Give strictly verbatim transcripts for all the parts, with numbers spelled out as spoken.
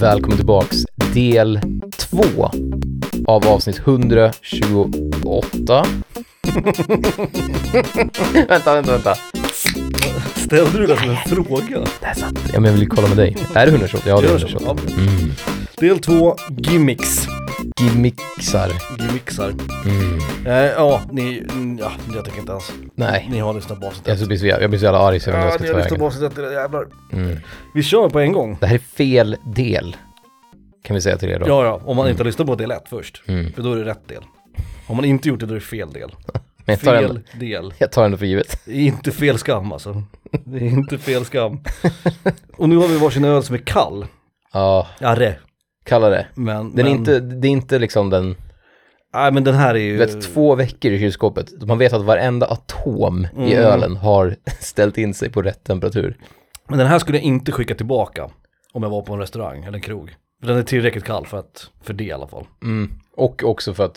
välkommen tillbaks del två av avsnitt etthundratjugoåtta. vänta, vänta, vänta. Ställde du det som en fråga? Det är sant. Ja, men jag vill kolla med dig. Är det hundratjugoåtta? Ja, det är hundratjugoåtta. Mm. Del två, gimmicks. Gimmixar. Gimmixar. Mm. Eh, ja, ni, ja, jag tänker inte ens. Nej. Ni har lyssnat på avsnittet. Jag blir så, jag blir så jävla arg så jag vet Ja, inte ni vad har jag ska lyssnat ta på vägen. avsnittet, jävlar. Mm. Vi kör på en gång. Det här är fel del. Kan vi säga till er då? Ja, ja, om man inte har lyssnat på del ett först. Mm. För då är det rätt del. Om man inte gjort det, då är det fel del. Men jag tar Fel ändå, del. jag tar ändå för givet. Det är inte fel skam alltså. Det är inte fel skam. Och nu har vi varsin öl som är kall. Ja, Arre. kalla det. Men, Den är men, inte, det är inte liksom den... Nej, men den här är ju... Du vet, två veckor i kylskåpet. Man vet att varenda atom Mm. i ölen har ställt in sig på rätt temperatur. Men den här skulle jag inte skicka tillbaka om jag var på en restaurang eller en krog. För den är tillräckligt kall för, att, för det i alla fall. Mm. Och också för att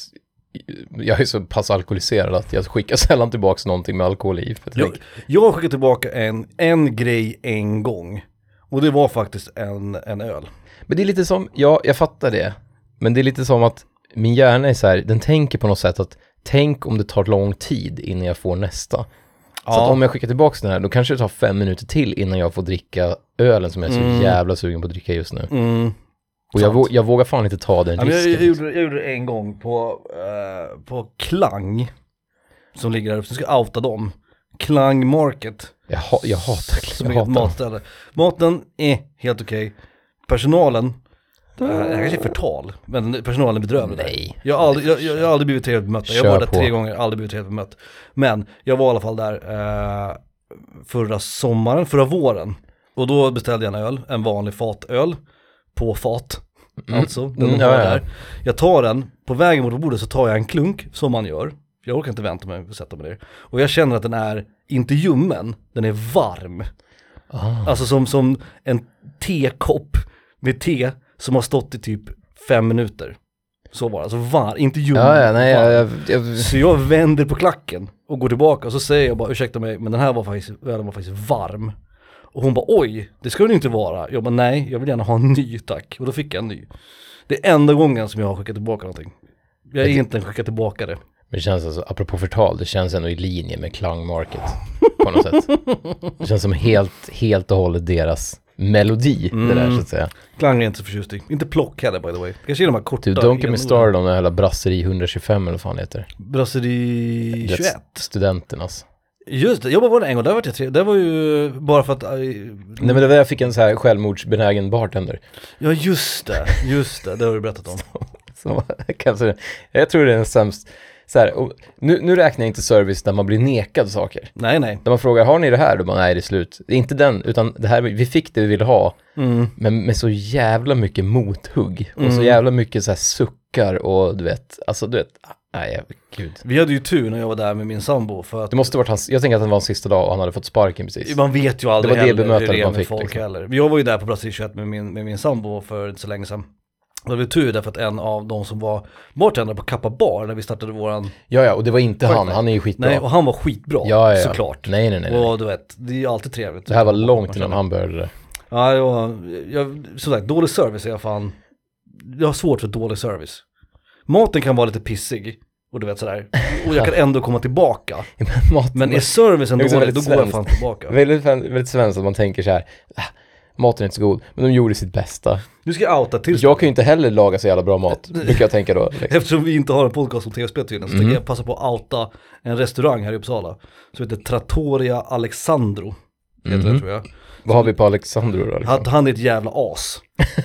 jag är så pass alkoholiserad att jag skickar sällan tillbaka någonting med alkohol i. För Jag, jag har skickat tillbaka en, en grej en gång. Och det var faktiskt en, en öl. Men det är lite som, ja, jag fattar det. Men det är lite som att min hjärna är så här, den tänker på något sätt att tänk om det tar lång tid innan jag får nästa. Så Ja. att om jag skickar tillbaka den här, då kanske det tar fem minuter till innan jag får dricka ölen som jag är så Mm. jävla sugen på att dricka just nu. Mm. Och jag, Sant. vå- jag vågar fan inte ta den Ja, men jag, risken. jag, gjorde, jag gjorde det en gång på, eh, på Klang. Som ligger där uppe, jag ska outa dem. Klang Market. Jag, ha, jag hatar Som jag är ett hatar. matställe. Maten är helt okej. Personalen, eh, det kanske är förtal, men personalen är bedrövlig. Nej. Jag har aldrig, jag, jag, jag har aldrig blivit trevligt bemött. Jag Kör var där på. tre gånger, aldrig blivit trevligt bemött. Men jag var i alla fall där eh, förra sommaren, förra våren. Och då beställde jag en öl, en vanlig fatöl. På fat, Mm. alltså. Den Mm, var ja, ja. där. Jag tar den, på vägen mot bordet så tar jag en klunk, som man gör. Jag orkar inte vänta mig att sätta mig ner. Och jag känner att den är, inte ljummen, den är varm. Ah. Alltså som, som en tekopp med te som har stått i typ fem minuter. Så var det, alltså var, inte ljummen. Ja, ja, nej, varm. jag, jag, jag, Så jag vänder på klacken och går tillbaka och så säger jag bara, ursäkta mig, men den här var faktiskt, den var faktiskt varm. Och hon bara, oj, det ska det inte vara. Jag bara, nej, jag vill gärna ha en ny, tack. Och då fick jag en ny. Det är enda gången som jag har skickat tillbaka någonting. Jag är inte en skickat tillbaka det. det känns alltså, apropå förtal, det känns ändå i linje med Klang Market på något sätt. Det känns som helt, helt och hållet deras melodi, Mm. det där så att säga. Klang är inte så förtjust i. Inte plock heller, by the way. Kanske är de här korta. Du, Don't get me enorden. started om den här Brasseri hundratjugofem eller vad fan det heter. Brasseri Det är tjugoett. Studenternas. Just det, jag bara var där en gång, där var jag tre. Det var ju bara för att... äh, Nej, men det var jag fick en så här självmordsbenägen bartender. Ja, just det, just det, det har du berättat om. Så, kanske, jag tror det är en sämst. Så här, och nu, nu räknar jag inte service där man blir nekad saker. Nej, nej. Där man frågar, har ni det här? Då bara, nej, det är slut. Det är inte den, utan det här, vi fick det vi ville ha. Mm. Men med så jävla mycket mothugg. Och så Mm. jävla mycket så här suckar och du vet, alltså du vet, nej, gud. Vi hade ju tur när jag var där med min sambo för att Det måste varit hans, jag tänker att det var hans sista dag och han hade fått sparken precis. man vet ju aldrig Det var det heller bemötandet hur det är man med fick, folk liksom. heller. Jag var ju där på Brasseri tjugoett med min, med min sambo för inte så länge sedan. Det var ju tur därför att en av de som var bartender på Kappa Bar när vi startade våran... Ja, ja, och det var inte Var det han, nej? han är ju skitbra. Nej, och han var skitbra, ja, ja, ja. såklart. Nej, nej, nej. nej. Och du vet, det är ju alltid trevligt. Det här var långt innan han började det. Ja, jag, jag, som sagt, dålig service är jag fan... Jag har svårt för dålig service. Maten kan vara lite pissig, och du vet sådär. Och jag kan ändå komma tillbaka. Men, maten, Men är servicen Det är också dålig, då väldigt går jag svenskt. fan tillbaka. väldigt, väldigt svenskt att man tänker så här, ah, maten är inte så god, men de gjorde sitt bästa. Nu ska jag outa till. Jag kan ju inte heller laga så jävla bra mat, brukar jag tänka då. Liksom. Eftersom vi inte har en podcast om tv-spel tydligen, så Mm. tänker jag passa på att outa en restaurang här i Uppsala som heter Trattoria Alexandro. Heter Mhm. det, tror jag. Vad har vi på Alexandro då? Liksom? Han, han är ett jävla as.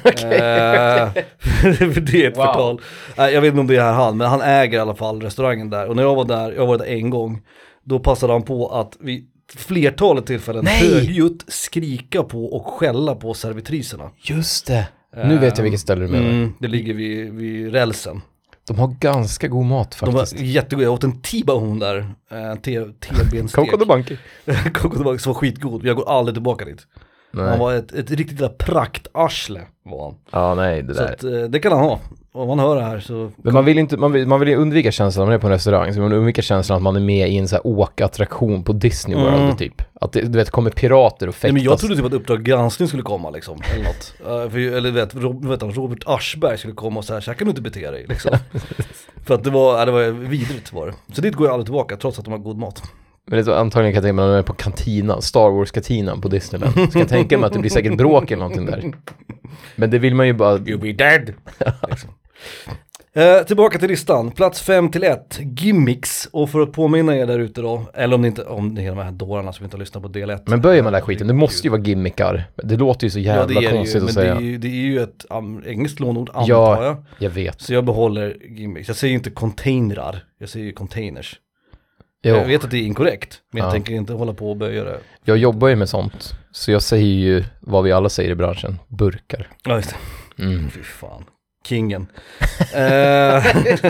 eh, det är ett Wow. förtal. Eh, jag vet inte om det är här han, men han äger i alla fall restaurangen där. Och när jag var där, jag var där en gång, då passade han på att vid flertalet tillfällen Nej! högljutt skrika på och skälla på servitriserna. Just det. Nu vet jag vilket ställe du menar. Mm, det ligger vid, vid rälsen. De har ganska god mat De var faktiskt. jättegoda. Jag åt en T-bone där. En T-benstek. Coco de Banki. Coco de Banki som var skitgod. Jag går aldrig tillbaka dit. Nej. Han var ett, ett riktigt där praktarsle var han. Ja, nej, det Så där. att, eh, det kan han ha. Om man hör det här så... Men man vill inte, man vill, man vill undvika känslan när man är på en restaurang, så man vill undvika känslan att man är med i en så här åkattraktion på Disney World Mm. typ. Att det, du vet, kommer pirater och fäktas. Nej, men jag trodde typ att Uppdrag granskning skulle komma liksom, eller något. Uh, för, eller vet, Rob, vet han, Robert Aschberg skulle komma och säga, så här kan du inte bete dig liksom. För att det var, ja, det var vidrigt var det. Så dit går jag aldrig tillbaka trots att de har god mat. Men det är så, antagligen kan jag tänka mig att de är på kantinan, Star Wars-kantinan på Disneyland. Så kan jag tänka mig att det blir säkert bråk eller någonting där. Men det vill man ju bara... You'll be dead! liksom. Eh, tillbaka till listan, plats fem till ett, gimmicks, och för att påminna er där ute då, eller om det inte, om det är de här dårarna som inte har lyssnat på del ett. Men börjar man där skiten, det måste ju vara gimmickar. Det låter ju så jävla ja, det är det konstigt ju, att men säga. det är ju, det är ju ett um, engelskt lånord antar Ja, jag. jag vet. Så jag behåller gimmicks, jag säger inte containrar, jag säger ju containers. Jo. Jag vet att det är inkorrekt, men jag Ja. tänker inte hålla på och böja det. Jag jobbar ju med sånt, så jag säger ju vad vi alla säger i branschen, burkar. Ja just det, Mm. fy fan. Kingen. eh,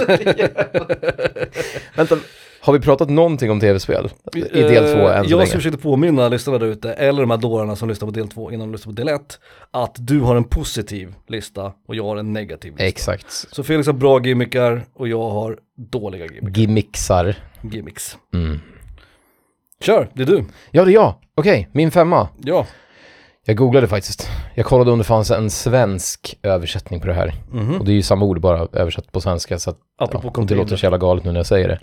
Vänta, har vi pratat någonting om tv-spel i del två än så Jag länge? försökte påminna lyssnarna där ute, eller de här dårarna som lyssnar på del två innan de lyssnar på del ett, att du har en positiv lista och jag har en negativ lista. Exakt. Så Felix har bra gimmickar och jag har dåliga gimmickar. Gimmixar. Gimmicks. Mm. Kör, det är du. Ja, det är jag. Okej, min femma. Ja. Jag googlade faktiskt. Jag kollade om det fanns en svensk översättning på det här. Mhm. Och det är ju samma ord bara översatt på svenska, så att Apropå ja, det container. låter så jävla galet nu när jag säger det.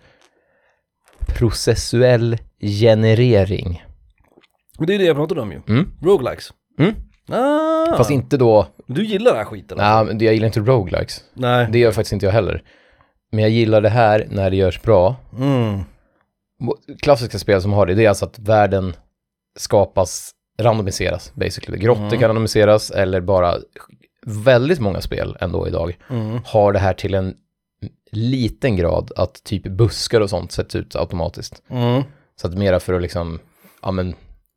Processuell generering. Men det är det jag pratade om ju. Mm. Roguelikes. Mm. Ah, Fast inte då... du gillar den här skiten? Nej, men jag gillar inte roguelikes. Nej. Det gör faktiskt inte jag heller. Men jag gillar det här när det görs bra. Mm. Klassiska spel som har det, det är alltså att världen skapas, randomiseras basically. Grottor Mm. kan randomiseras, eller bara väldigt många spel ändå idag Mm. har det här till en liten grad att typ buskar och sånt sätts ut automatiskt. Mm. Så att mera för att liksom, ja men,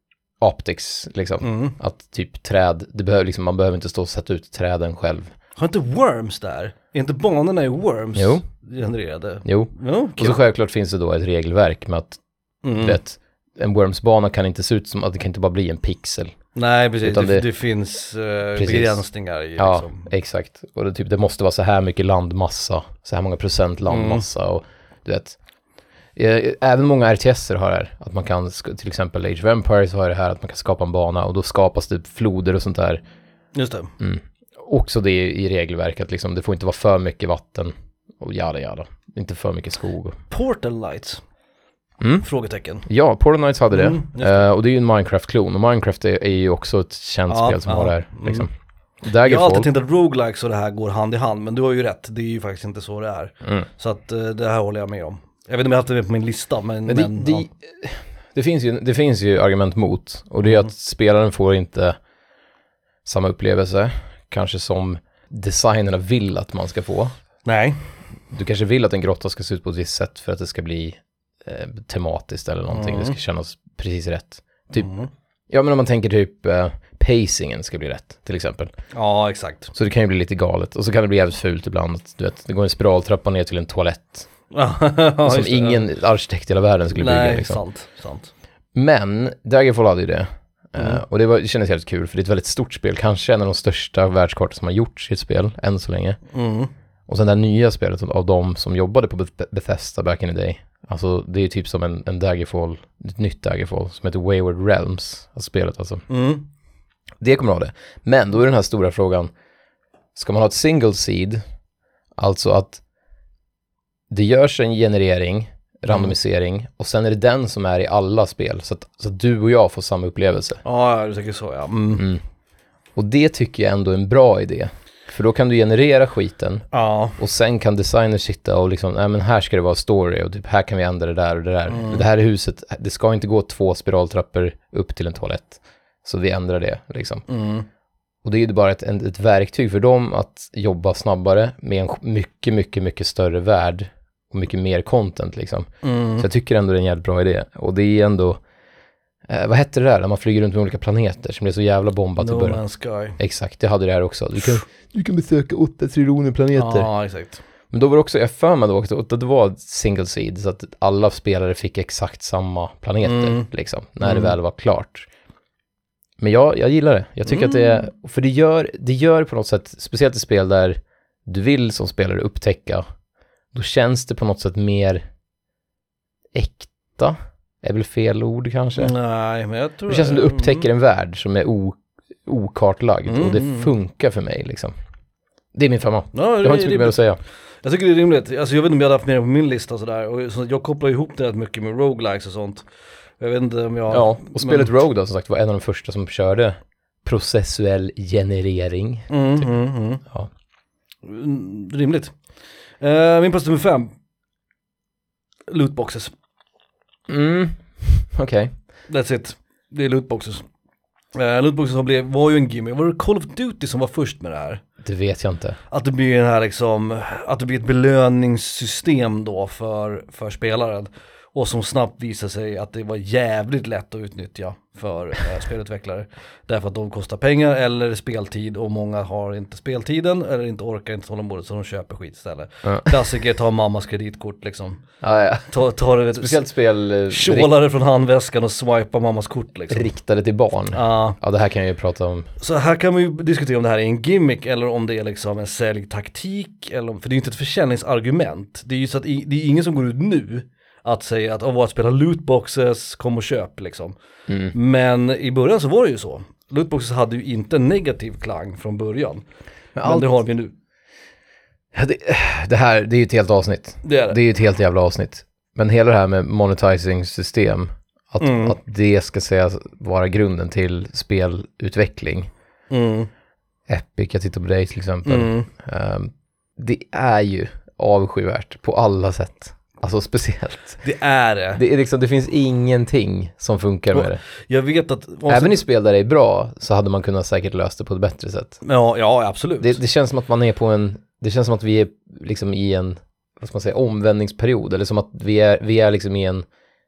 optics liksom. Mm. Att typ träd, det behöver liksom, man behöver inte stå och sätta ut träden själv. Har inte Worms där? Är inte banorna i Worms Jo. genererade? Jo. Ja, Och så självklart finns det då ett regelverk med att, mm. du vet, en Worms-bana kan inte se ut som att det kan inte bara bli en pixel. Nej, precis. Utan Det, det- det finns uh, Precis. begränsningar i Ja, liksom. exakt. Och det, typ, det måste vara så här mycket landmassa, så här många procent landmassa och du vet. eh, Även många R T S-er har det här, att man kan, sk- till exempel Age of Empires har det här att man kan skapa en bana och då skapas det floder och sånt där. Just det. Mm. Också det i regelverket, liksom, det får inte vara för mycket vatten och jada jada. Inte för mycket skog. Portal Lights? Mm. Frågetecken. Ja, Portal Knights hade det. Mm, just det. Eh, och det är ju en Minecraft-klon. Och Minecraft är, är ju också ett känt Ja, spel som ja, har det här. mm. Liksom. Jag har alltid Daggerfall. tänkt att roguelikes och det här går hand i hand, men du har ju rätt, det är ju faktiskt inte så det är. Mm. Så att eh, det här håller jag med om. Jag vet inte om jag har haft det med på min lista, men... Men det, men, det, ja. det, finns ju, det finns ju argument mot. Och det är Mm. att spelaren får inte samma upplevelse. Kanske som designerna vill att man ska få. Nej. Du kanske vill att en grotta ska se ut på ett visst sätt för att det ska bli eh, tematiskt eller någonting. Mm. Det ska kännas precis rätt. Typ, Mm. ja men om man tänker typ eh, pacingen ska bli rätt till exempel. Ja, exakt. Så det kan ju bli lite galet. Och så kan det bli jävligt fult ibland. Att, du vet, det går en spiraltrappa ner till en toalett. Ja, som just det, ingen arkitekt i hela världen skulle Nej, bygga. Liksom. sant, sant. Men Daggerfall hade ju det. Mm. Uh, och det, var, det kändes helt kul för det är ett väldigt stort spel. Kanske en av de största världskartor som har gjorts i ett spel än så länge. Mm. Och sen det nya spelet av de som jobbade på Beth- Bethesda back in the day. Alltså det är typ som en, en Daggerfall, ett nytt Daggerfall som heter Wayward Realms. Alltså spelet alltså. Mm. Det kommer ha det. Men då är den här stora frågan. Ska man ha ett single seed? Alltså att det görs en generering, randomisering. Och sen är det den som är i alla spel. Så att, så att du och jag får samma upplevelse. Ja, du tänker så, ja. Mm. Mm. Och det tycker jag ändå är en bra idé. För då kan du generera skiten. Ja. Och sen kan designers sitta och liksom, nej men här ska det vara story och typ här kan vi ändra det där och det där. Mm. Det här är huset, det ska inte gå två spiraltrappor upp till en toalett. Så vi ändrar det liksom. Mm. Och det är ju bara ett, ett verktyg för dem att jobba snabbare med en mycket, mycket, mycket större värld och mycket mer content liksom. Mm. Så jag tycker ändå det är en jävligt bra idé. Och det är ändå, eh, vad hette det där när man flyger runt med olika planeter som blir så jävla bombat i No början? Man's Sky. Exakt, det hade det här också. Du kan, du kan besöka åtta triljoner planeter. Ja, exakt. Men då var det också, jag för mig då också, att det var single seed så att alla spelare fick exakt samma planeter Mm. liksom, när Mm. det väl var klart. Men jag, jag gillar det. Jag tycker Mm. att det är, för det gör, det gör på något sätt, speciellt i spel där du vill som spelare upptäcka, då känns det på något sätt mer äkta. Är väl fel ord kanske? Nej, men jag tror Det känns som du upptäcker en värld som är o, okartlagd Mm. och det funkar för mig liksom. Det är min femma. Ja, Jag har inte så mycket mer att säga. Jag tycker det är rimligt. Alltså jag vet inte om jag hade haft mer på min lista och sådär. Och så jag kopplar ihop det rätt mycket med roguelikes och sånt. Jag vet inte om jag... Ja, och spelet men... Rogue då som sagt var en av de första som körde processuell generering. Mm, typ. mm, mm. Ja. Mm, rimligt. Uh, min plats nummer fem. Lootboxes. Mm, okej. Okay. That's it. Det är lootboxes. Uh, lootboxes har blivit, var ju en gimmick. Var det Call of Duty som var först med det här? Det vet jag inte. Att det blir den här liksom, att det blir ett belöningssystem då för, för spelaren. Och som snabbt visar sig att det var jävligt lätt att utnyttja för eh, spelutvecklare. Därför att de kostar pengar eller speltid och många har inte speltiden eller inte orkar inte hålla bordet så de köper skit istället. Ja. Klassiker, ta mammas kreditkort liksom. Ja, ja. Ta, ta det, Speciellt spel eh, tjålare från handväskan och swipa mammas kort liksom. riktade till barn. Ja. Ja, det här kan jag ju prata om. Så här kan man ju diskutera om det här är en gimmick eller om det är liksom en säljtaktik. Eller om, för det är ju inte ett försäljningsargument. Det är ju så att i, det är ingen som går ut nu att säga att, att spela lootboxes, kom och köp liksom. Mm. Men i början så var det ju så. Lootboxes hade ju inte en negativ klang från början. Men, Men, allt... allt... det har vi nu. ja, det, det här, det är ju ett helt avsnitt. Det är det. Det är ju ett helt jävla avsnitt. Men hela det här med monetizing system, att, Mm. att det ska sägas vara grunden till spelutveckling. Mm. Epic, jag tittar på dig till exempel. Mm. Um, det är ju avskyvärt på alla sätt. Alltså speciellt. Det är det. Det, är liksom, det finns ingenting som funkar med Och, det. Jag vet att... Även i spel där det är bra så hade man kunnat säkert lösa det på ett bättre sätt. Ja, ja absolut. Det, det känns som att man är på en... Det känns som att vi är liksom i en, vad ska man säga, omvändningsperiod. Eller som att vi är, vi är liksom i en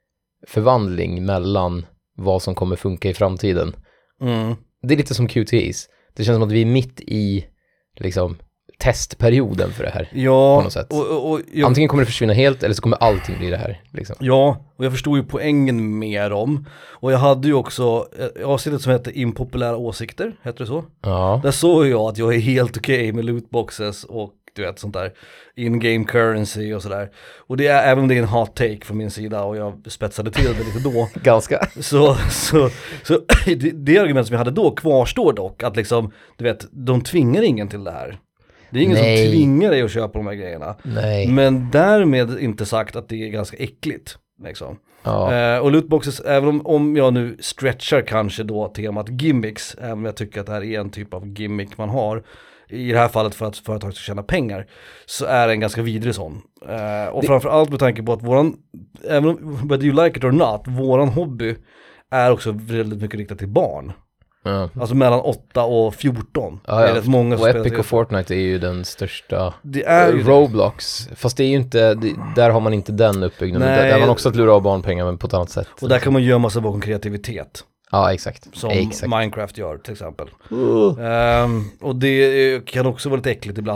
förvandling mellan vad som kommer funka i framtiden. Mm. Det är lite som Q T S. Det känns som att vi är mitt i liksom testperioden för det här. Ja, på något sätt. och, och, och jag, Antingen kommer det försvinna helt eller så kommer allting bli det här. Liksom. ja, och jag förstod ju poängen med dem. Och jag hade ju också ett avsnitt som heter Impopulära åsikter, heter det så? Ja. Där såg jag att jag är helt okej okay med lootboxes och du vet sånt där in-game currency och sådär. Och det är, även om det är en hot take från min sida och jag spetsade till det lite då. Ganska. Så, så, så det, det argument som jag hade då kvarstår dock, att liksom, du vet, de tvingar ingen till det här. Det är ingen Nej. som tvingar dig att köpa de här grejerna. Nej. Men därmed inte sagt att det är ganska äckligt. Liksom. Ja. Eh, och lootboxes, även om, om jag nu stretchar kanske då temat gimmicks, även om jag tycker att det här är en typ av gimmick man har, i det här fallet för att företag ska tjäna pengar, så är det en ganska vidrig sån. Eh, och det... framförallt med tanke på att våran, även om, whether you like it or not, våran hobby är också väldigt mycket riktat till barn. Ja. Alltså mellan åtta och fjorton. Ja, Det är ja. rätt många som Och spelar Epic till och Fortnite är ju den största. Det är ju Roblox. Fast det är ju inte, det, där har man inte den uppbyggnaden. Nej. Där, där har man också att lura av barnpengar men på ett annat sätt. Och där kan man gömma sig bakom kreativitet. Ja, exakt. Som exakt. Minecraft gör till exempel. Uh. Um, och det kan också vara lite äckligt ibland.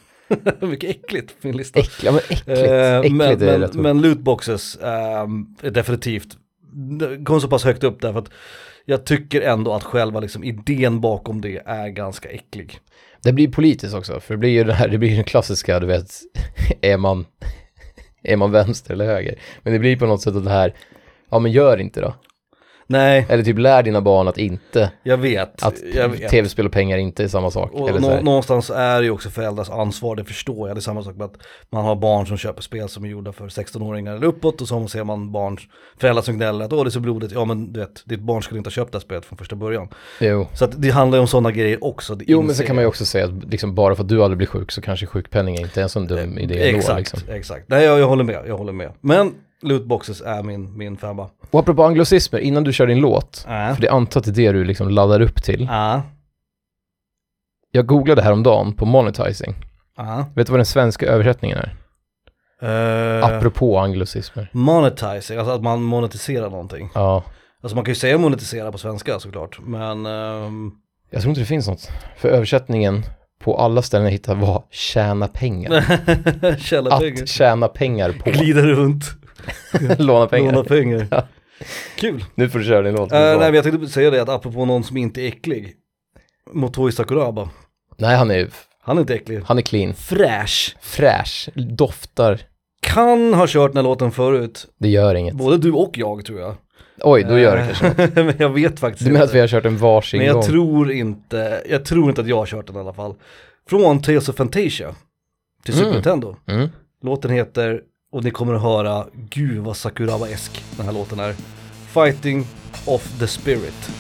Mycket äckligt på min lista. Äckligt, ja, men äckligt. Uh, äckligt men, är men, rätt ord. men lootboxes um, är definitivt, kom så pass högt upp därför att jag tycker ändå att själva liksom idén bakom det är ganska äcklig. Det blir politiskt också, för det blir ju det här, det blir ju den klassiska, du vet, är man, är man vänster eller höger? Men det blir på något sätt att det här, ja men gör inte då. Nej, Eller typ lär dina barn att inte, jag vet. att jag vet. tv-spel och pengar inte är samma sak. Och eller så nå- här. någonstans är det ju också föräldrars ansvar, det förstår jag. Det är samma sak med att man har barn som köper spel som är gjorda för sexton-åringar eller uppåt, och så ser man barns föräldrar som gnäller att åh det är så blodigt, ja men du vet, ditt barn skulle inte ha köpt det här spelet från första början. Jo. Så att det handlar ju om sådana grejer också. Det Jo, men så inser kan man ju jag. också säga att liksom, bara för att du aldrig blir sjuk så kanske sjukpenning inte är en sån dum idé ändå. Exakt, Liksom. exakt. Nej, jag, jag håller med, jag håller med. Men lootboxes är min, min femma. Och apropå anglosismer, innan du kör din låt, Äh. för det antar att det är det du liksom laddar upp till. Ja. Jag googlade häromdagen på monetizing. Ja. Vet du vad den svenska översättningen är? Uh, Apropå anglosismer. monetizing, alltså att man monetiserar någonting. Ja. Alltså man kan ju säga monetisera på svenska såklart, men... Um... Jag tror inte det finns något. För översättningen på alla ställen jag hittade var tjäna pengar. Tjäna pengar. Att tjäna pengar på. Glida runt. Låna pengar. Låna pengar. Ja. Kul. Nu får du köra din låt. Uh, nej men jag tänkte säga det att apropå någon som inte är äcklig. Motoi Sakuraba. Nej, han är Han är inte äcklig. Han är clean. Fräsch. Fräsch. Doftar. Kan ha kört den här låten förut. Det gör inget. Både du och jag tror jag. Oj, då gör det kanske. Men jag vet faktiskt Du menar inte. att vi har kört en varsin Men jag gång? tror inte, jag tror inte att jag har kört den i alla fall. Från Tales of Fantasia till Super Mm. Nintendo. Mm. Låten heter, och ni kommer att höra, gud vad Sakuraba-esk den här låten är. Fighting of the Spirit.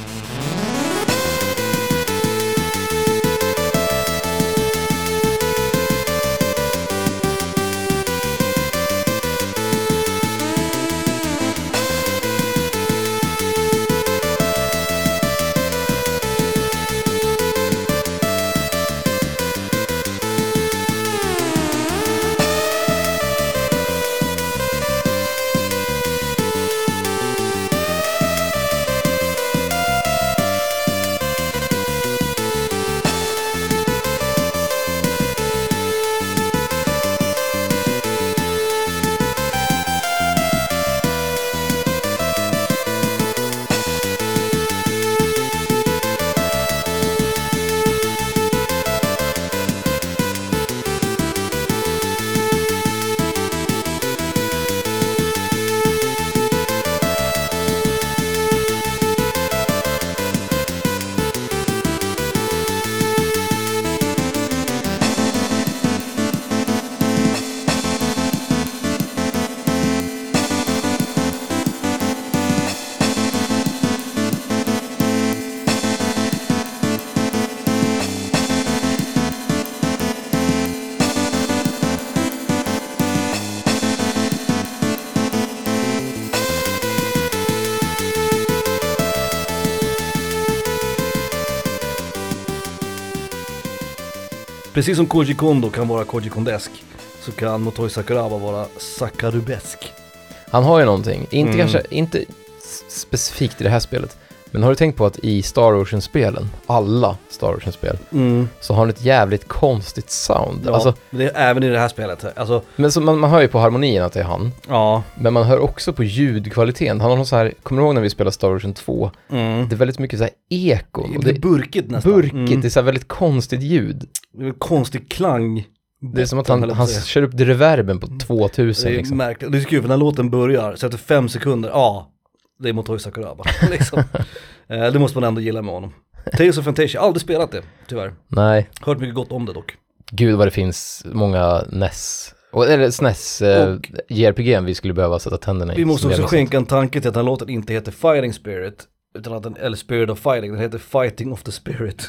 Precis som Koji Kondo kan vara Koji Kondesk, så kan Motoi Sakuraba vara Sakarubesk. Han har ju någonting. Inte Mm. kanske, inte specifikt i det här spelet. Men har du tänkt på att i Star Ocean-spelen, alla Star Ocean-spel, Mm. så har han ett jävligt konstigt sound. Ja, Alltså, det är även i det här spelet. Alltså, men så man, man hör ju på harmonin att det är han. ja. Men man hör också på ljudkvaliteten. Han har någon så här, kommer du ihåg när vi spelade Star Ocean två? Mm. Det är väldigt mycket så här ekon. Det Och är det, burkigt nästan. burkigt, Mm. det är så här väldigt konstigt ljud. Det är en konstig klang. Det är som att han, höll jag på han att säga. kör upp reverben på tvåtusen Det är liksom. märkligt. Det är så kul för när låten börjar, så efter fem sekunder, ja, det är Motoi Sakuraba. liksom. eh, det måste man ändå gilla med honom. Tales of Fantasia, aldrig spelat det, tyvärr. Nej, Hört mycket gott om det dock. gud vad det finns många N E S, och, eller S N E S eh, Och- J R P G vi skulle behöva sätta tänderna i. Vi måste som också jag skänka en tanke till att den här låten inte heter Fighting Spirit, utan att den, eller Spirit of Fighting, den heter Fighting of the Spirit.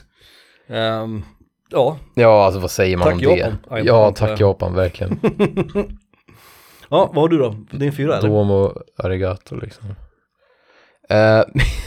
Ehm, ja, Ja, alltså vad säger man Tack om Japan. det? Aj, Ja, antar tack jag. Japan, verkligen. ja, vad har du då? Din fyra eller? Domo arigato liksom. Eh,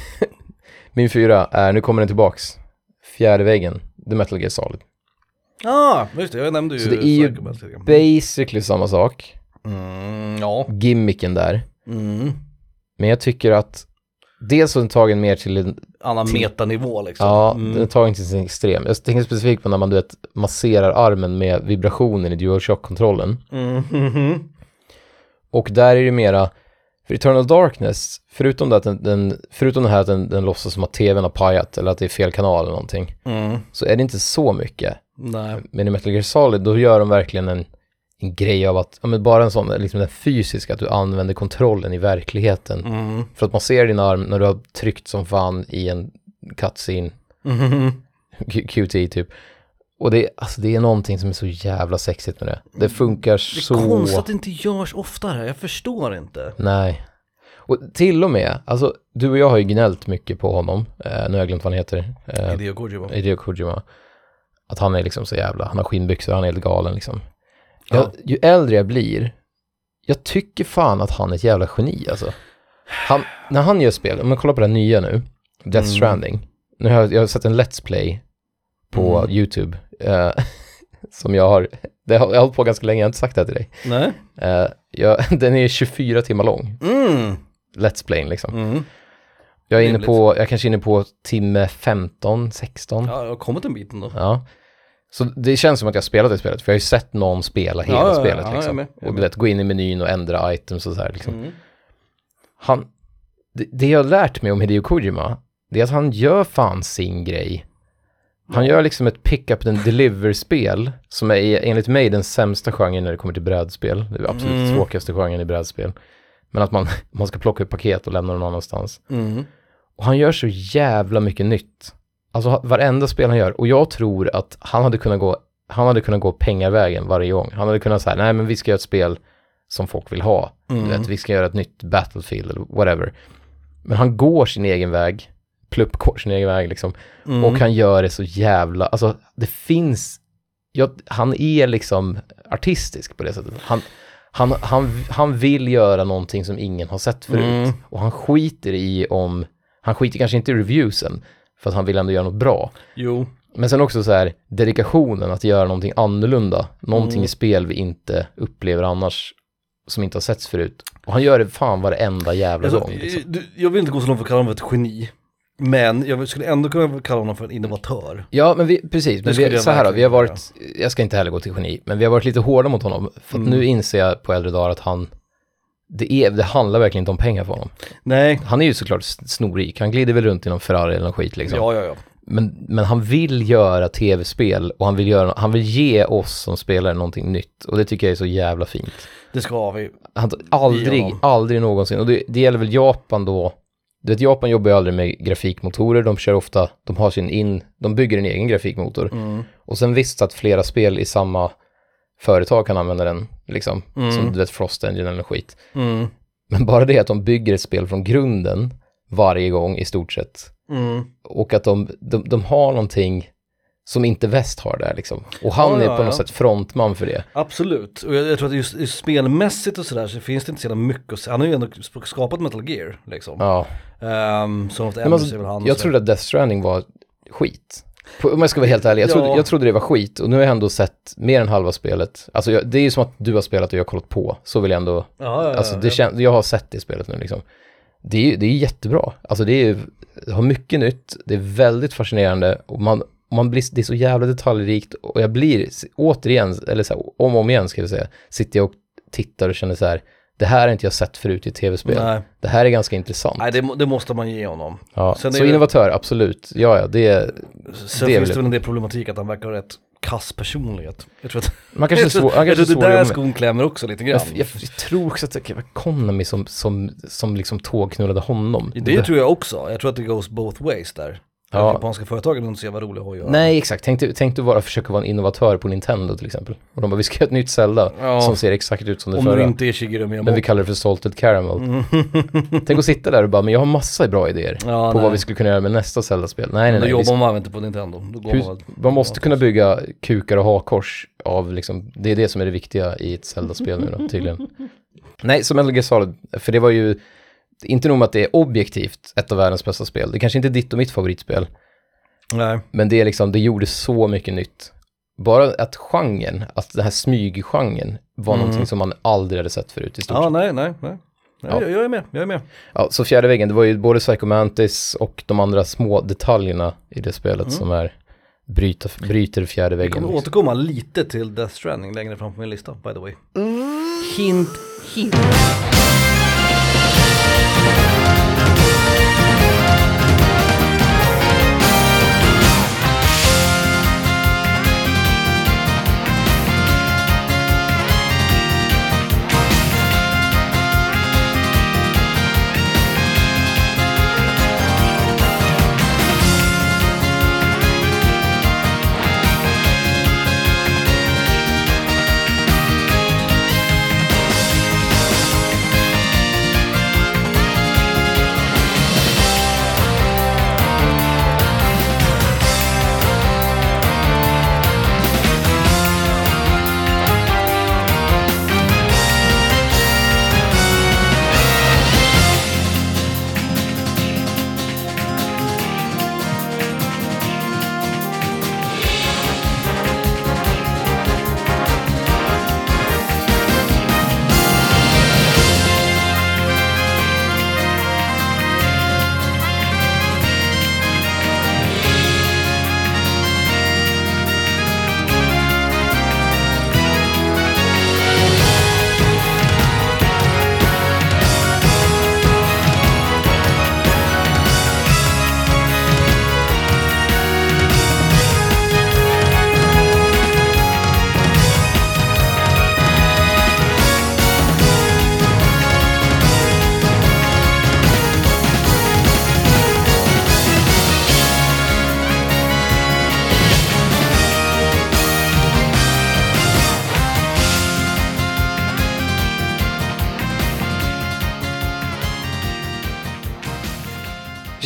min fyra är, nu kommer den tillbaks, fjärde väggen, The Metal Gear Solid. Ja, ah, just det, jag nämnde ju. Så det är ju Psycho Mantis. basically samma sak, Mm, ja. gimmicken där. Mm. Men jag tycker att dels är den tagen mer till en, Annan Till- metanivå liksom. ja, Mm. den är tagen till sin extrem. Jag tänker specifikt på när man, du vet, masserar armen med vibrationen i DualShock-kontrollen. Mm. Mhm. Och där är det mera, för Eternal Darkness, förutom det att den, den, förutom det här att den, den låtsas som att tvn har pajat eller att det är fel kanal eller någonting, Mm. så är det inte så mycket. Nej. Men i Metal Gear Solid, då gör de verkligen en, en grej av att, ja men bara en sån, liksom den fysiska, att du använder kontrollen i verkligheten. Mm. För att massera din arm när du har tryckt som fan i en cutscene, Mhm. Q- Q T typ. Och det, alltså det är någonting som är så jävla sexigt med det. Det funkar Det är så... konstigt att det inte görs oftare, jag förstår inte. Nej. Och till och med, alltså du och jag har ju gnällt mycket på honom. Eh, nu har jag glömt vad han heter. Eh, Hideo Kojima. Hideo Kojima. Att han är liksom så jävla, han har skinnbyxor, han är helt galen liksom. Ja. Jag, ju äldre jag blir, jag tycker fan att han är ett jävla geni alltså. Han, när han gör spel, om man kollar på det nya nu, Death Mm. Stranding. Nu har jag, jag har sett en Let's Play på Mm. YouTube. Eh, som jag har, det har jag har hållit på ganska länge, jag har inte sagt det här till dig. Nej. Eh, jag, den är tjugofyra timmar lång, Mm. Let's Play liksom. Mm. Jag är inne Rimligt. på, jag kanske är inne på timme femton, sexton. Ja, jag har kommit en bit ändå. Ja. Så det känns som att jag spelat det spelet, för jag har ju sett någon spela hela Ja, ja, ja, spelet ja, jag är liksom. med, jag är Och med. du vet, gå in i menyn och ändra items och så här liksom. Mm. Han, det, det jag har lärt mig om Hideo Kojima, det är att han gör fan sin grej. Han gör liksom ett pick-up and deliver-spel som är enligt mig den sämsta genren när det kommer till brädspel. Det är absolut mm. tråkigaste genren i brädspel. Men att man, man ska plocka upp paket och lämna någon annanstans. Mm. Och han gör så jävla mycket nytt. Alltså varenda spel han gör. Och jag tror att han hade kunnat gå, han hade kunnat gå pengavägen varje gång. Han hade kunnat säga, nej men vi ska göra ett spel som folk vill ha. Mm. Du vet, vi ska göra ett nytt Battlefield eller whatever. Men han går sin egen väg. Plupp går sin egen väg liksom. Mm. Och han gör det så jävla, alltså det finns, ja, han är liksom artistisk på det sättet. Han, han, han, han vill göra någonting som ingen har sett förut. Mm. Och han skiter i om, han skiter kanske inte i reviewsen för att han vill ändå göra något bra. Jo. Men sen också så här, dedikationen att göra någonting annorlunda. Någonting mm. i spel vi inte upplever annars, som inte har setts förut. Och han gör det fan varenda jävla alltså, gång. Liksom. Jag vill inte gå så långt för att kalla honom för ett geni. Men jag skulle ändå kunna kalla honom för en innovatör. Ja, men vi, precis. Men vi, så här då, vi har varit, jag ska inte heller gå till geni, men vi har varit lite hårda mot honom. För att mm. nu inser jag på äldre dagar att han, det, är, det handlar verkligen inte om pengar för honom. Nej. Han är ju såklart snorrik. Han glider väl runt i någon Ferrari eller någon skit liksom. Ja, ja, ja. Men, men han vill göra tv-spel och han vill, göra, han vill ge oss som spelare någonting nytt. Och det tycker jag är så jävla fint. Det ska vi. Han, aldrig, aldrig någonsin. Och det, det gäller väl Japan då. Du vet, Japan jobbar ju aldrig med grafikmotorer. De kör ofta, de har sin in, de bygger en egen grafikmotor. Mm. Och sen visst att flera spel i samma företag kan använda den, liksom. Mm. Som du vet, Frost Engine eller skit. Mm. Men bara det att de bygger ett spel från grunden varje gång i stort sett. Mm. Och att de, de, de har någonting som inte väst har där liksom. Och han ja, är på ja, något ja. sätt frontman för det. Absolut. Och jag, jag tror att just, just spelmässigt och sådär så finns det inte så mycket att säga. Han har ju ändå skapat Metal Gear liksom. Ja. Um, så Men alltså, han jag trodde att Death Stranding var skit. På, om jag ska vara helt ärlig. Jag, ja. trodde, jag trodde det var skit. Och nu har jag ändå sett mer än halva spelet. Alltså jag, det är ju som att du har spelat och jag har kollat på. Så vill jag ändå. Ja, ja, alltså det ja. Kän, jag har sett det spelet nu liksom. Det är ju det är jättebra. Alltså det, är, det har mycket nytt. Det är väldigt fascinerande. Och man, man blir, det är så jävla detaljrikt. Och jag blir återigen, eller så här, om och om igen ska jag säga. Sitter jag och tittar och känner så här. Det här har inte jag sett förut i tv-spel. Nej. Det här är ganska intressant. Nej, det, det måste man ge honom. Ja. Sen så innovatör, det, absolut. Ja, ja, det Sen det finns det väl en del problematik att han verkar ha rätt kass personlighet. Jag tror att man kanske är svår, man kanske jag tror det där skon klämmer också lite grann. Jag, jag, jag tror också att det var Konami som, som, som liksom tågknullade honom. Det, det tror jag också. Jag tror att det goes both ways där. Ja. Japanska företagen inte ser vad rolig att göra. Nej, exakt. Tänk du, tänk du bara försöka vara en innovatör på Nintendo till exempel. Och de bara, vi ska göra ett nytt Zelda ja. som ser exakt ut som det Om förra. Om det inte är Shigeru Miyamoto. Men vi kallar det för Salted Caramel. Mm. Tänk att sitta där och bara, men jag har massa bra idéer ja, på nej. vad vi skulle kunna göra med nästa Zelda-spel. Nej, nej, nej. Då jobbar ska... man inte på Nintendo. Då går Hur, man, man måste kunna bygga kukar och hakors av liksom, det är det som är det viktiga i ett Zelda-spel nu då, tydligen. Nej, som Metal Gear Solid, för det var ju inte nog med att det är objektivt ett av världens bästa spel. Det kanske inte är ditt och mitt favoritspel. Nej. Men det är liksom, det gjorde så mycket nytt. Bara att genren, att den här smyggenren var mm. någonting som man aldrig hade sett förut i stort. Ja, nej, nej, nej. nej ja. jag, jag är med, jag är med. Ja, så fjärde väggen, det var ju både Psycho Mantis och de andra små detaljerna i det spelet mm. som är bryter, bryter fjärde väggen. Vi kommer återkomma lite till Death Stranding längre fram på min lista, by the way. Mm. Hint, hint.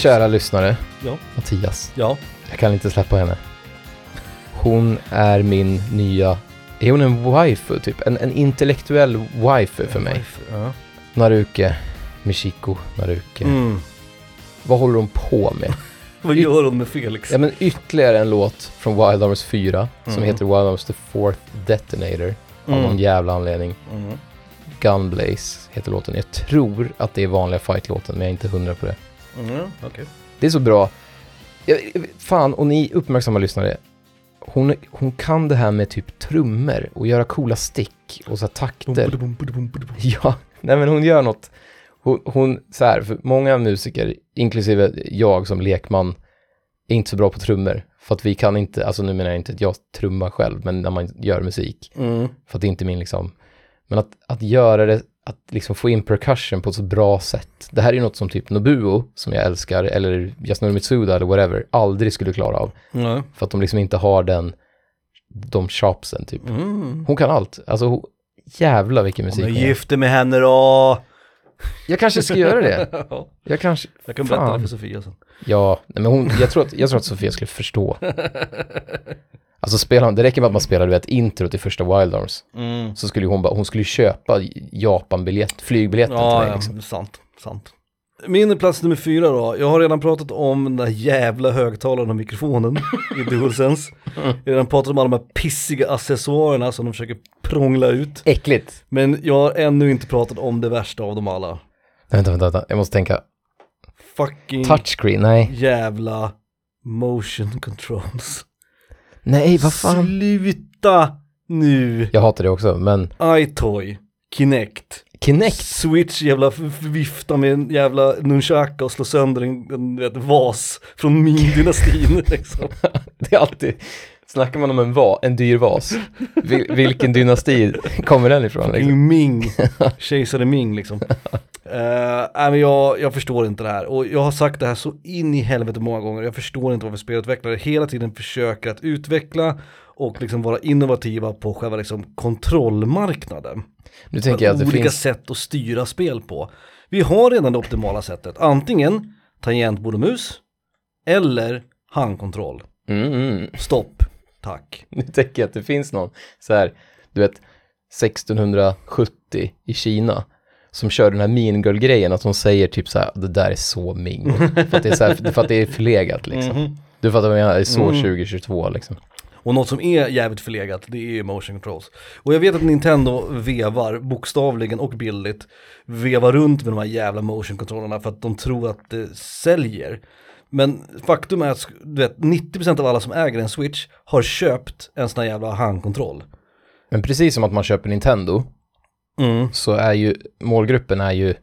Kära lyssnare, Ja. Mattias. Ja. Jag kan inte släppa henne. Hon är min nya... Är hon en waifu typ? En, en intellektuell waifu för mig. Ja. Naruke, Michiko Naruke. Mm. Vad håller hon på med? Vad gör hon med Felix? Ja, men ytterligare en låt från Wild Arms fyra som Mm. heter Wild Arms the Fourth Detonator. Av Mm. någon jävla anledning. Mm. Gunblaze heter låten. Jag tror att det är vanliga fight-låten, men jag är inte hundra på det. Mm. Okej. Okay. Det är så bra. Jag, fan, och ni uppmärksamma lyssnare. Hon, hon kan det här med typ trummor och göra coola stick och så här takter. Ja, nej men hon gör något. Hon, hon så här, för många musiker, inklusive jag som lekman, är inte så bra på trummor. För att vi kan inte, alltså nu menar jag inte att jag trummar själv, men när man gör musik. Mm. För att det är inte min liksom. Men att, att göra det, att liksom få in percussion på ett så bra sätt. Det här är ju något som typ Nobuo, som jag älskar, eller Yasunori Mitsuda eller whatever, aldrig skulle klara av. Mm. För att de liksom inte har den, de chopsen typ. Mm. Hon kan allt. Alltså hon, jävla vilken musik. Om jag gifter med henne då. Jag kanske ska göra det. Jag kanske, jag kan berätta fan. det för Sofia sen. Ja, nej, men hon, jag, tror att, jag tror att Sofia skulle förstå. Alltså spelar, det räcker med att man spelar, du vet, intro till första Wild Arms. Mm. Så skulle hon bara, hon skulle köpa Japan-biljett, flygbiljetten Ja, till mig ja, liksom. sant, sant. Min plats nummer fyra då. Jag har redan pratat om den där jävla högtalaren och mikrofonen i DualSense. Jag har redan pratat om alla de här pissiga accessoarerna som de försöker prångla ut. Äckligt. Men jag har ännu inte pratat om det värsta av dem alla. Vänta, vänta, vänta. Jag måste tänka. Fucking Touchscreen, nej. jävla motion controls. Nej, vad fan. Sluta nu. Jag hatar det också, men iToy, Kinect, Kinect. Switch, jävla f- f- vifta med en jävla nunchaka och slå sönder en, en vet, vas från Ming-dynastin liksom. Det är alltid, snackar man om en, va, en dyr vas. Vil, vilken dynasti kommer den ifrån? Liksom? Ming, kejsare Ming liksom. Uh, nej, men jag, jag förstår inte det här. Och jag har sagt det här så in i helvete många gånger. Jag förstår inte varför spelutvecklare hela tiden försöker att utveckla och liksom vara innovativa på själva liksom kontrollmarknaden. Nu tänker jag att det olika finns... sätt att styra spel på. Vi har redan det optimala sättet. Antingen tangentbord och mus eller handkontroll. Mm, mm. Stopp. Tack. Nu tänker jag att det finns någon så här, du vet, sextonhundrasjuttio i Kina som kör den här mean girl-grejen, att hon säger typ så här, det där är så Ming. För att det är, så här, för att det är förlegat liksom. Mm-hmm. Du fattar vad jag menar, det är så Mm. tjugo tjugotvå liksom. Och något som är jävligt förlegat, det är motion controls. Och jag vet att Nintendo vevar, bokstavligen och bildligt, vevar runt med de här jävla motion controllerna för att de tror att det säljer. Men faktum är att du vet, nittio procent av alla som äger en Switch har köpt en sån här jävla handkontroll. Men precis som att man köper Nintendo, Mm. så är ju, målgruppen är ju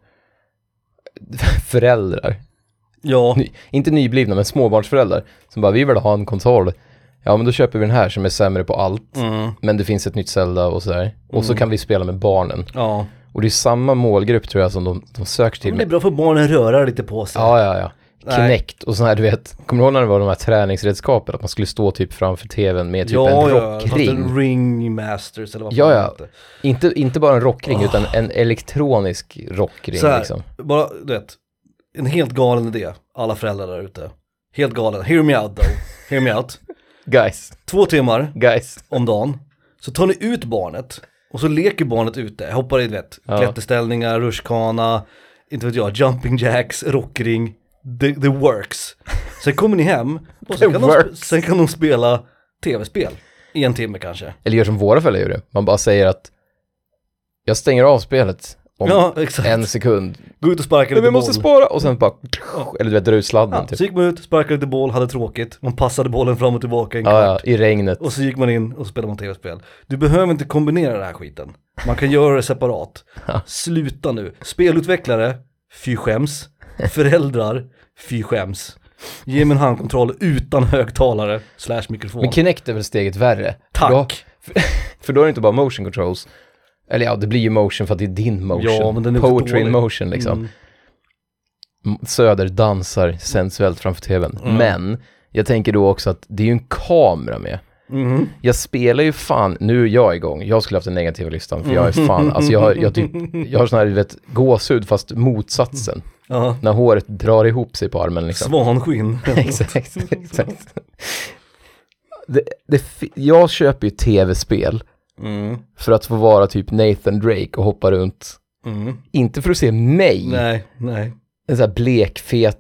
föräldrar. Ja. Ny, inte nyblivna, men småbarnsföräldrar som bara, vi vill ha en kontroll. Ja, men då köper vi den här som är sämre på allt. Mm. Men det finns ett nytt Zelda och sådär. Och Mm. så kan vi spela med barnen. Ja. Och det är samma målgrupp tror jag som de, de söker till. Men det är bra för barnen röra lite på sig. Ja, ja, ja. Nej. Kinect och sån här, du vet. Kommer du ihåg när det var de här träningsredskapen? Att man skulle stå typ framför tvn med typ ja, en ja, rockring. en ring masters eller vad fan Ja, det ja. heter. Inte, inte bara en rockring Oh. utan en elektronisk rockring Så här, liksom. bara, du vet, en helt galen idé, alla föräldrar där ute. Helt galen, hear me out though, hear me out. Guys, Två timmar guys. om dagen, så tar ni ut barnet och så leker barnet ute, hoppar i, du vet, Ja. klätterställningar, rutschkana, inte vet jag, jumping jacks, rockring, the, the works. Sen kommer ni hem och The sen kan, de, works. sen kan de spela tv-spel i en timme kanske. Eller gör som våra föräldrar gjorde. Man bara säger att jag stänger av spelet om Ja, exakt. en sekund. Gå ut och sparka Men lite vi måste boll. spara och sen bara, eller du vet, dra ut sladden Ja, typ. så gick man ut, sparkade lite boll, hade tråkigt. Man passade bollen fram och tillbaka en Ja, ja, kvart. i regnet. Och så gick man in och spelade man tv-spel. Du behöver inte kombinera den här skiten. Man kan göra det separat. Ja. Sluta nu. Spelutvecklare, fy skäms. Föräldrar, fy skäms. Ge mig en handkontroll utan högtalare slash mikrofon. Men Kinect är väl steget värre. Tack. För då, för, för då är det inte bara motion controls. Eller ja, det blir ju motion för att det är din motion. Ja, men den är också Poetry in dålig. motion liksom. Mm. M- Söder dansar sensuellt framför tvn. Mm. Men jag tänker då också att det är ju en kamera med. Mm. Jag spelar ju fan, nu är jag igång. Jag skulle haft den negativa listan, för jag är fan, alltså jag har, jag typ, jag har sån här, du vet, gåshud fast motsatsen. Ja. När håret drar ihop sig på armen liksom. Svanskinn. exakt, exakt. Det, det, jag köper ju tv-spel Mm. för att få vara typ Nathan Drake och hoppa runt. Mm. Inte för att se mig. Nej, nej. En sån här blekfet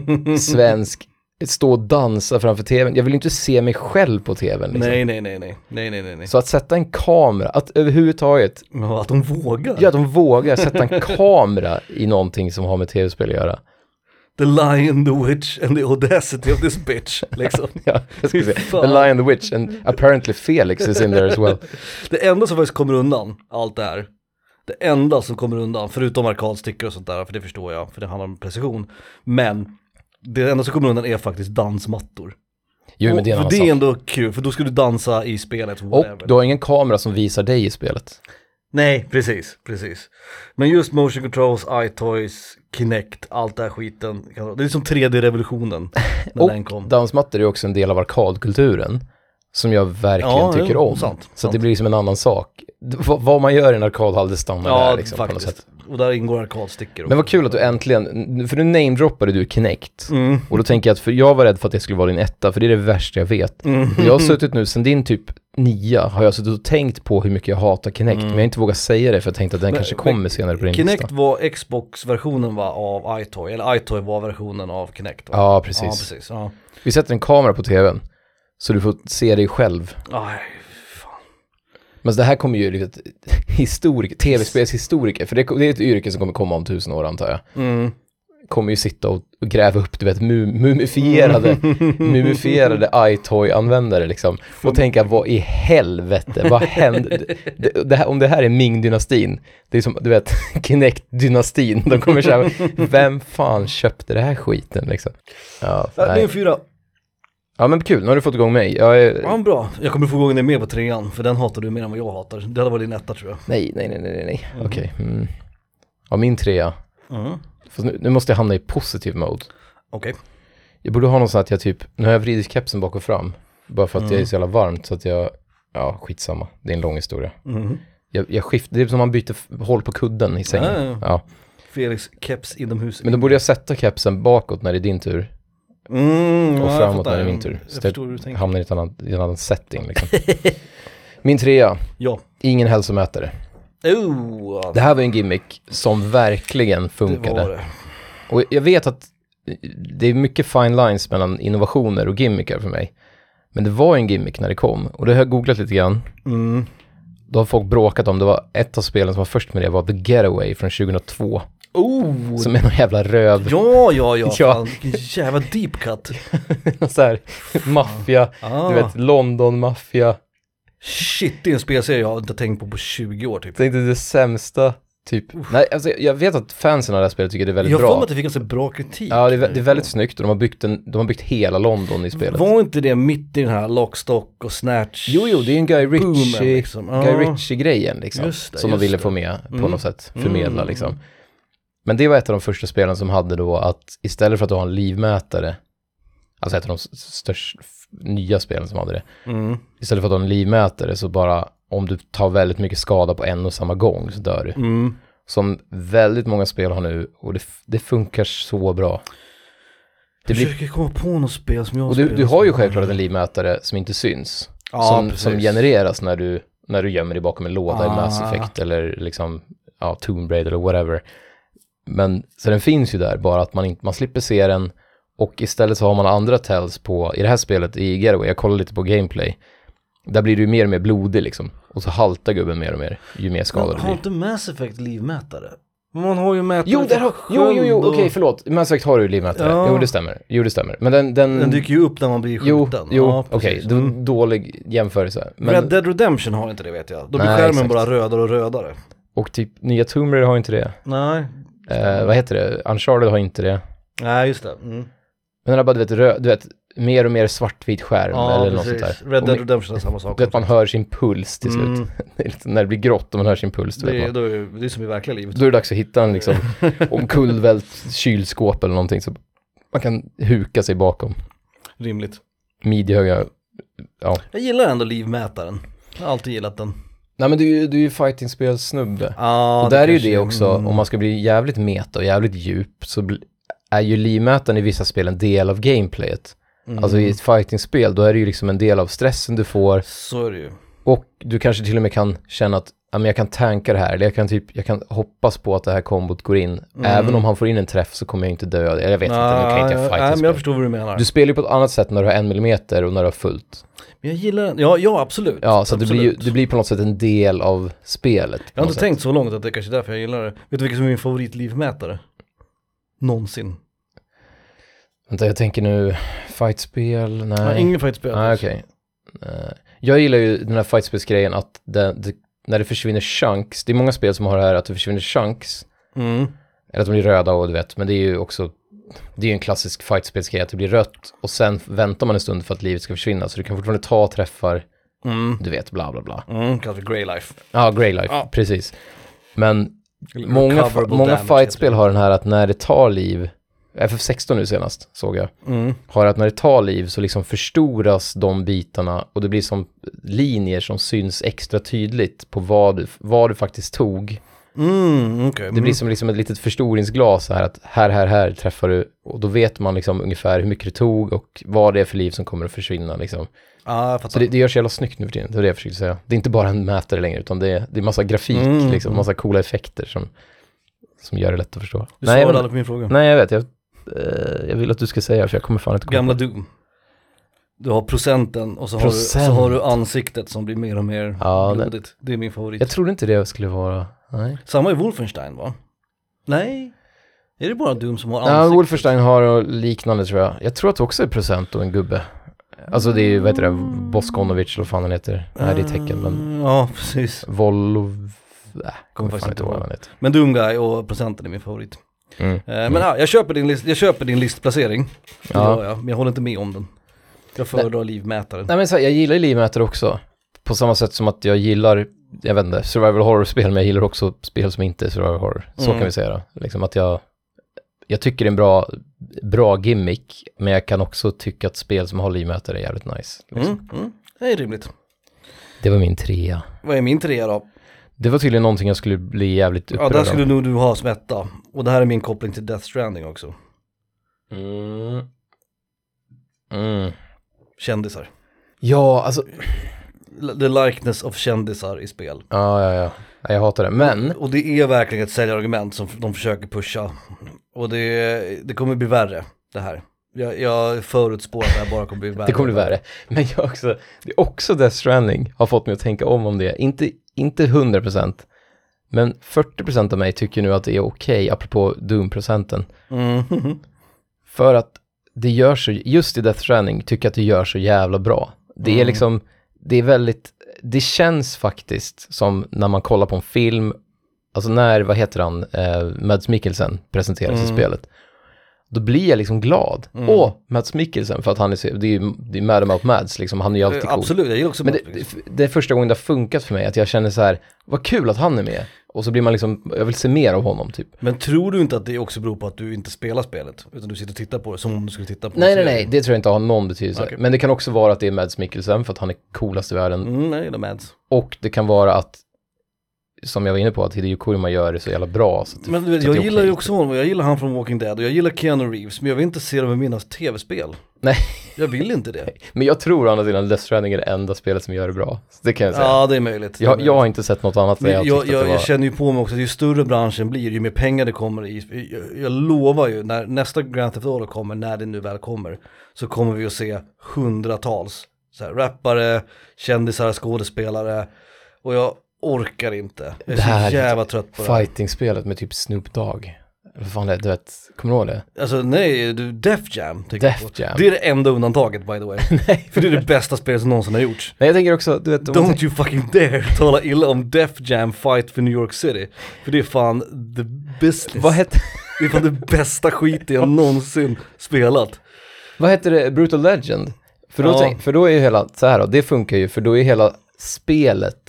svensk stå och dansa framför tvn. Jag vill inte se mig själv på tvn. Liksom. Nej, nej, nej, nej, nej, nej, nej. Så att sätta en kamera, att överhuvudtaget, Ja, att de vågar. ja, att de vågar sätta en kamera i någonting som har med tv-spel att göra. The Lion, the Witch and the audacity of this bitch, liksom. Ja, jag ska se. The Lion, the Witch and apparently Felix is in there as well. Det enda som faktiskt kommer undan allt det här, det enda som kommer undan, förutom arkadstickor och sånt där, för det förstår jag, för det handlar om precision, men det enda som kommer undan är faktiskt dansmattor. Jo, men det är, och, för det är ändå kul, för då ska du dansa i spelet. Whatever. Och du har ingen kamera som visar dig i spelet. Nej, precis, precis. Men just motion controls, iToys, Kinect, allt det här skiten. Det är som tre D-revolutionen när den kom. Och dansmattor är också en del av arkadkulturen som jag verkligen ja, tycker om. Sant, så sant. det blir som en annan sak. V- vad man gör i en arkadhall, det stannar ja, där liksom, faktiskt. på något sätt. Och där ingår arkadstickor. Men vad kul att du äntligen, för nu namedroppade du Kinect. Mm. Och då tänker jag att, för jag var rädd för att det skulle vara din etta, för det är det värsta jag vet. Mm. Jag har suttit nu, sen din typ nia, har jag suttit och tänkt på hur mycket jag hatar Kinect. Mm. Men jag har inte vågat säga det, för jag tänkte att den Men- kanske kommer senare på din Kinect lista. var Xbox-versionen va, av iToy, eller iToy var versionen av Kinect va? Ja, precis. Ja, precis. Ja. Vi sätter en kamera på tvn, så du får se dig själv. Aj, fan. Men det här kommer ju lite historiker, tv-spelshistoriker, för det, det är ett yrke som kommer komma om tusen år antar jag. Mm. Kommer ju sitta och, och gräva upp, du vet, mu- mumifierade, mumifierade iToy-användare liksom. Och tänka, vad i helvete, vad hände? Det, det här, om det här är Ming-dynastin, det är som, du vet, Kinect-dynastin. De kommer säga, vem fan köpte det här skiten liksom? Ja, Ja, det är nej. en fyra. Ja, men kul, nu har du fått igång mig. Jag är... Ja, bra. Jag kommer få igång dig med på trean, för den hatar du mer än vad jag hatar. Det hade varit din etta tror jag. Nej, nej, nej, nej, nej. Mm. Okej. Mm. Ja, min trea. Mm. Fast nu, nu måste jag hamna i positiv mode. Okej. Jag borde ha någon sån att jag typ, nu har jag vridit kepsen bak och fram. Bara för att Mm. det är så jävla varmt så att jag, ja skitsamma, det är en lång historia. Mm. Jag, jag skiftar, det är som man byter f- håll på kudden i sängen. Ja, ja, ja. Ja. Felix keps inomhus. Men då borde jag sätta kepsen bakåt när det är din tur. Mm, Och ja, framåt jag fattar. när det är min tur. Jag Så förstår hur du tänker. hamnar i, ett annat, i en annan setting liksom. Min trea, Ja. ingen hälsomätare. Oh, Det här var en gimmick som verkligen det funkade. var det. Och jag vet att det är mycket fine lines mellan innovationer och gimmickar för mig. Men det var en gimmick när det kom. Och det har jag googlat lite grann. Mm. Då har folk bråkat om, det var ett av spelen som var först med det var The Getaway från tjugohundratvå. Oh, Som är någon jävla röv. ja, ja, ja. Ja. Fan, vilken jävla deep cut. Så här, maffia, Ah. du vet, London-maffia. Shit, det är en spelserie jag har inte tänkt på på tjugo år typ. Tänkte det sämsta, typ. Nej, alltså jag vet att fansen av det här spelet tycker det är väldigt Jag får bra. mig att det fick ganska bra kritik. Ja, det är, vä- det är väldigt snyggt och de har byggt, en, de har byggt hela London i spelet. Var inte det mitt i den här Lockstock och Snatch? Jo, jo, det är en Guy Boomen, Ritchie, liksom. Ja. Guy Ritchie-grejen liksom. Just det, som de just ville det. få med på Mm. något sätt, förmedla Mm. liksom. Men det var ett av de första spelen som hade då att istället för att ha en livmätare, alltså ett av de största nya spelen som hade det, Mm. istället för att ha en livmätare så bara, om du tar väldigt mycket skada på en och samma gång så dör du. Mm. Som väldigt många spel har nu, och det, det funkar så bra. Det Jag blir, försöker komma på något spel som jag och du, spelar du har ju som- självklart en livmätare som inte syns. Ja, som, precis. som genereras när du, när du gömmer dig bakom en låda i Ah. Mass Effect eller liksom, ja, Tomb Raider eller whatever. Men så den finns ju där, bara att man, inte, man slipper se den, och istället så har man andra tells på, i det här spelet i Getaway, jag kollar lite på gameplay, där blir du mer och mer blodig liksom, och så haltar gubben mer och mer ju mer skadad Men du har blir. inte Mass Effect livmätare? Men man har ju mätare Jo, där har, jo, jo, jo, och- okej, förlåt. Mass Effect har du ju livmätare. Ja. Jo, det stämmer. Jo, det stämmer. Men den... Den, Den dyker ju upp när man blir jo, skjuten. jo, Ja, okej. precis. Det var Mm. en dålig jämförelse. Men, Red Dead Redemption har inte det, vet jag. Då blir Nej, skärmen exakt. bara rödare och rödare. och typ, nya Tomb Raider har inte det. Nej. Eh, vad heter det? Uncharted har inte det. Nej, just det. Mm. Men den har bara, du vet, rö- du vet, mer och mer svartvit skärm Ja, eller något sånt precis. där. Red Och Dead me- Redemption är samma sak. Du vet, man hör sin puls till slut. Mm. Det är lite, när det blir grått och man hör sin puls, då Det, vet är, man. då är, det är som i verkliga livet. Då är det dags att hitta en liksom omkullvält kylskåp eller någonting så man kan huka sig bakom. Rimligt. Midjehöga ja. Jag gillar ändå livmätaren. Jag har alltid gillat den. Nej men du, du är ju fighting-spel snubbe. Ah, och där är ju kanske, det också, mm. om man ska bli jävligt meta och jävligt djup så bli, är ju livmätaren i vissa spel en del av gameplayet. Mm. Alltså i ett fighting-spel då är det ju liksom en del av stressen du får. Så är det ju. Och du kanske till och med kan känna att ja, men jag kan tanka det här, eller jag kan, typ, jag kan hoppas på att det här kombot går in. Mm. Även om han får in en träff så kommer jag inte dö. Eller jag vet nah, inte, nu kan jag inte fighting-spel. Nej, men jag förstår vad du menar. Du spelar ju på ett annat sätt när du har en millimeter och när du har fullt. Men jag gillar ja, ja absolut. Ja, så absolut. Det, blir ju, det blir på något sätt en del av spelet. Jag har inte sätt. tänkt så långt att det är kanske är därför jag gillar det. Vet du vilken som är min favoritlivmätare? Någonsin. Vänta, jag tänker nu fightspel, nej. Ja, ingen fightspel. Nej, okej. Okay. Uh, jag gillar ju den här fightspelsgrejen att det, det, när det försvinner chunks, det är många spel som har det här att det försvinner chunks. Mm. Eller att de blir röda och du vet, men det är ju också, det är ju en klassisk fightspelsgrej att det blir rött och sen väntar man en stund för att livet ska försvinna så du kan fortfarande ta träffar, mm. du vet, bla bla bla. Mm, kanske Grey Life. Ja, Grey Life, ja. Precis. Men många, många fightspel har den här att när det tar liv, F F sexton nu senast såg jag, mm. har att när det tar liv så liksom förstoras de bitarna och det blir som linjer som syns extra tydligt på vad du, vad du faktiskt tog. Mm, okay. Det blir som liksom ett litet förstoringsglas här att här, här, här träffar du och då vet man liksom ungefär hur mycket du tog och vad det är för liv som kommer att försvinna liksom. Ah, jag så det, det gör så jävla snyggt nu för tiden, det är det jag försökte säga. Det är inte bara en mätare längre utan det är, det är massa grafik, mm, liksom, mm. massa coola effekter som, som gör det lätt att förstå. Du nej, svarade aldrig på min fråga. Nej, jag vet, jag, eh, jag vill att du ska säga för jag kommer fan inte komma. Gamla Doom. Du har procenten och så har, Procent. du, så har du ansiktet som blir mer och mer ja, blodigt. Det är min favorit. Jag trodde inte det skulle vara, nej. Samma i Wolfenstein va? Nej. Är det bara Doom som har ansiktet? Ja, Wolfenstein har liknande tror jag. Jag tror att det också är procent och en gubbe. Alltså det är ju, vad heter det, Boskonovic eller vad fan han heter. Nej, det är tecken, men... Ja, precis. Volov... Äh, kommer faktiskt inte ihåg vad han heter. Men Doom Guy och procenten är min favorit. Mm. Eh, men mm. ja, jag köper din, list, jag köper din listplacering. Det ja. gör jag, men jag håller inte med om den. Jag föredrar livmätaren. Nej men så här, jag gillar livmätare också. På samma sätt som att jag gillar, jag vet inte, survival horror-spel, men jag gillar också spel som inte är survival horror. Så mm. kan vi säga då. Liksom att jag, jag tycker det är en bra, bra gimmick, men jag kan också tycka att spel som har livmätare är jävligt nice. Liksom. Mm. Mm. Det är rimligt. Det var min trea. Vad är min trea då? Det var tydligen någonting jag skulle bli jävligt upprörd av. Ja, där skulle nog du ha smetta. Och det här är min koppling till Death Stranding också. Mm. Mm. Kändisar. Ja, alltså... The likeness of kändisar i spel. Ja, ja, ja. Jag hatar det, men... Och det är verkligen ett säljargument som de försöker pusha. Och det, det kommer bli värre, det här. Jag, jag förutspår att det här bara kommer bli värre. Det kommer bli värre. Men jag också, det är också Death Stranding har fått mig att tänka om om det. Inte, inte hundra procent. Men fyrtio procent av mig tycker nu att det är okej, okay, apropå Doom-procenten. Mm. För att det gör så, just i Death Stranding tycker jag att det gör så jävla bra. Det mm. är liksom, det är väldigt, det känns faktiskt som när man kollar på en film, alltså när, vad heter han, eh, Mads Mikkelsen presenteras mm. i spelet. Då blir jag liksom glad. Mm. Åh, Mads Mikkelsen, för att han är så, det är ju det är Mad About Mads, liksom, han är ju alltid cool. Absolut, jag gillar också Men det, det, det är första gången det har funkat för mig, att jag känner så här, vad kul att han är med. Och så blir man liksom, jag vill se mer av honom typ. Men tror du inte att det också beror på att du inte spelar spelet, utan du sitter och tittar på det som om du skulle titta på det? Nej, nej, nej, det tror jag inte har någon betydelse. Okay. Men det kan också vara att det är Mads Mikkelsen, för att han är coolast i världen. Mm, nej, det är Mads. Och det kan vara att, som jag var inne på, att Hideo Kojima gör det så jävla bra. Så att, men du vet, så jag att gillar okay. ju också honom, jag gillar han från Walking Dead och jag gillar Keanu Reeves, men jag vill inte se dem i mina tv-spel. Nej. Jag vill inte det. Men jag tror å andra sidan Death Stranding är det enda spelet som gör det bra. Så det kan jag säga. Ja, det är möjligt. Det är jag, möjligt. jag har inte sett något annat där jag, jag, jag, jag, var... jag känner ju på mig också att ju större branschen blir, ju mer pengar det kommer i. Jag, jag lovar ju, när nästa Grand Theft Auto kommer, när det nu väl kommer, så kommer vi att se hundratals så här, rappare, kändisar, skådespelare. Och jag orkar inte. Jag är det här så jävla trött på det. Fighting-spelet med typ Snoop Dogg. Vad fan det är, du vet, kommer du ihåg det? Alltså nej, du, Def Jam. Def Jam. Det är det enda undantaget, by the way. Nej, för det är det bästa spelet som någonsin har gjorts. Nej, jag tänker också, du vet... Don't tänk... you fucking dare tala illa om Def Jam Fight for New York City. För det är fan the business. Vad hette... Det är fan det bästa skit jag någonsin spelat. Vad heter det? Brutal Legend? För då, ja. tänk, för då är ju hela, så här då, det funkar ju, för då är hela spelet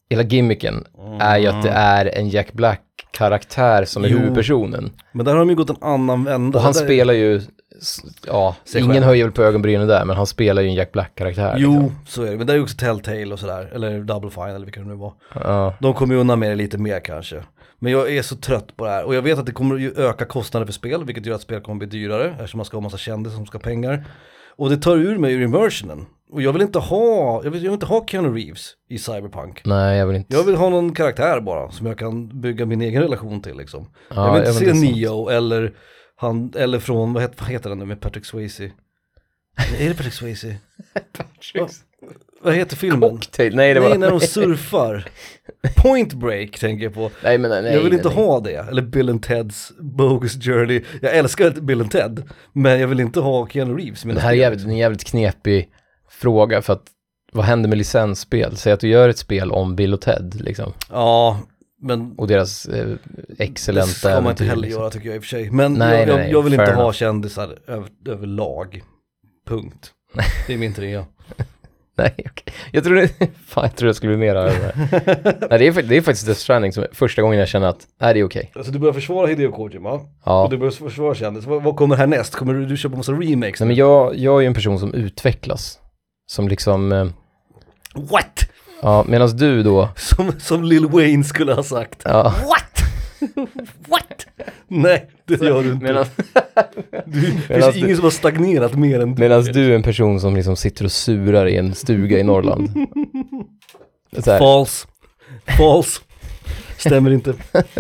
hela gimmicken mm. är ju att det är en Jack Black-karaktär som är jo, huvudpersonen. Men där har de ju gått en annan vända. Och han där spelar ju, ja, ingen själv. höjer väl på ögonbrynen där, men han spelar ju en Jack Black-karaktär. Jo, liksom. Så är det. Men det är ju också Telltale och sådär, eller Double Fine eller vilka det nu var. Ja. De kommer ju undan med det lite mer kanske. Men jag är så trött på det här. Och jag vet att det kommer ju öka kostnader för spel, vilket gör att spel kommer bli dyrare, eftersom man ska ha en massa kändisar som ska ha pengar. Och det tar ur mig ur immersionen. Och jag vill inte ha, jag vill, jag vill inte ha Keanu Reeves i Cyberpunk. Nej, jag vill inte. Jag vill ha någon karaktär bara, som jag kan bygga min egen relation till liksom. Ja, jag vill inte jag se vill Neo eller han, eller från, vad heter, vad heter den nu med Patrick Swayze? Är det Patrick Swayze? Patrick. Vad, vad heter filmen? Cocktail. Nej, det nej, var... när de surfar. Point Break tänker jag på. Nej, men nej, jag vill nej, inte nej. ha det. Eller Bill and Teds Bogus Journey. Jag älskar Bill and Ted, men jag vill inte ha Keanu Reeves. Det här är jävligt, en jävligt knepig fråga, för att vad händer med licensspel? Säg att du gör ett spel om Bill och Ted liksom. Ja, men och deras eh, excellenta det ska man inte heller liksom. göra tycker jag i och för sig. Men nej, jag, nej, jag, jag vill inte enough. ha kändisar över, överlag. Punkt. Det är min trea. Nej, okej. Jag tror det, fan, jag tror jag skulle bli mer över det. Nej, det är, det är faktiskt Death Stranding som är första gången jag känner att nej, det är okej. Alltså du börjar försvara Hideo Kojima. Ja. Och du börjar försvara kändis. Vad, vad kommer härnäst? Kommer du, du köpa massa remakes? Nej, men jag, jag är ju en person som utvecklas. Som liksom... Eh, What? ja, medan du då... Som, som Lil Wayne skulle ha sagt. Ja. What? What? Nej, det gör du inte. Medan, du, det finns ingen som har stagnerat mer än du. Medan du är en person som liksom sitter och surar i en stuga i Norrland. False. False. Stämmer inte.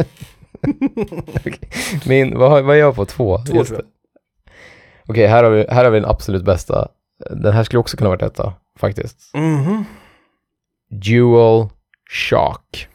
Min, vad, vad är jag på? Två? Två tror jag. Okej, här har vi, här har vi den absolut bästa. Den här skulle också kunna vara detta, faktiskt. Mhm. Dual Shock.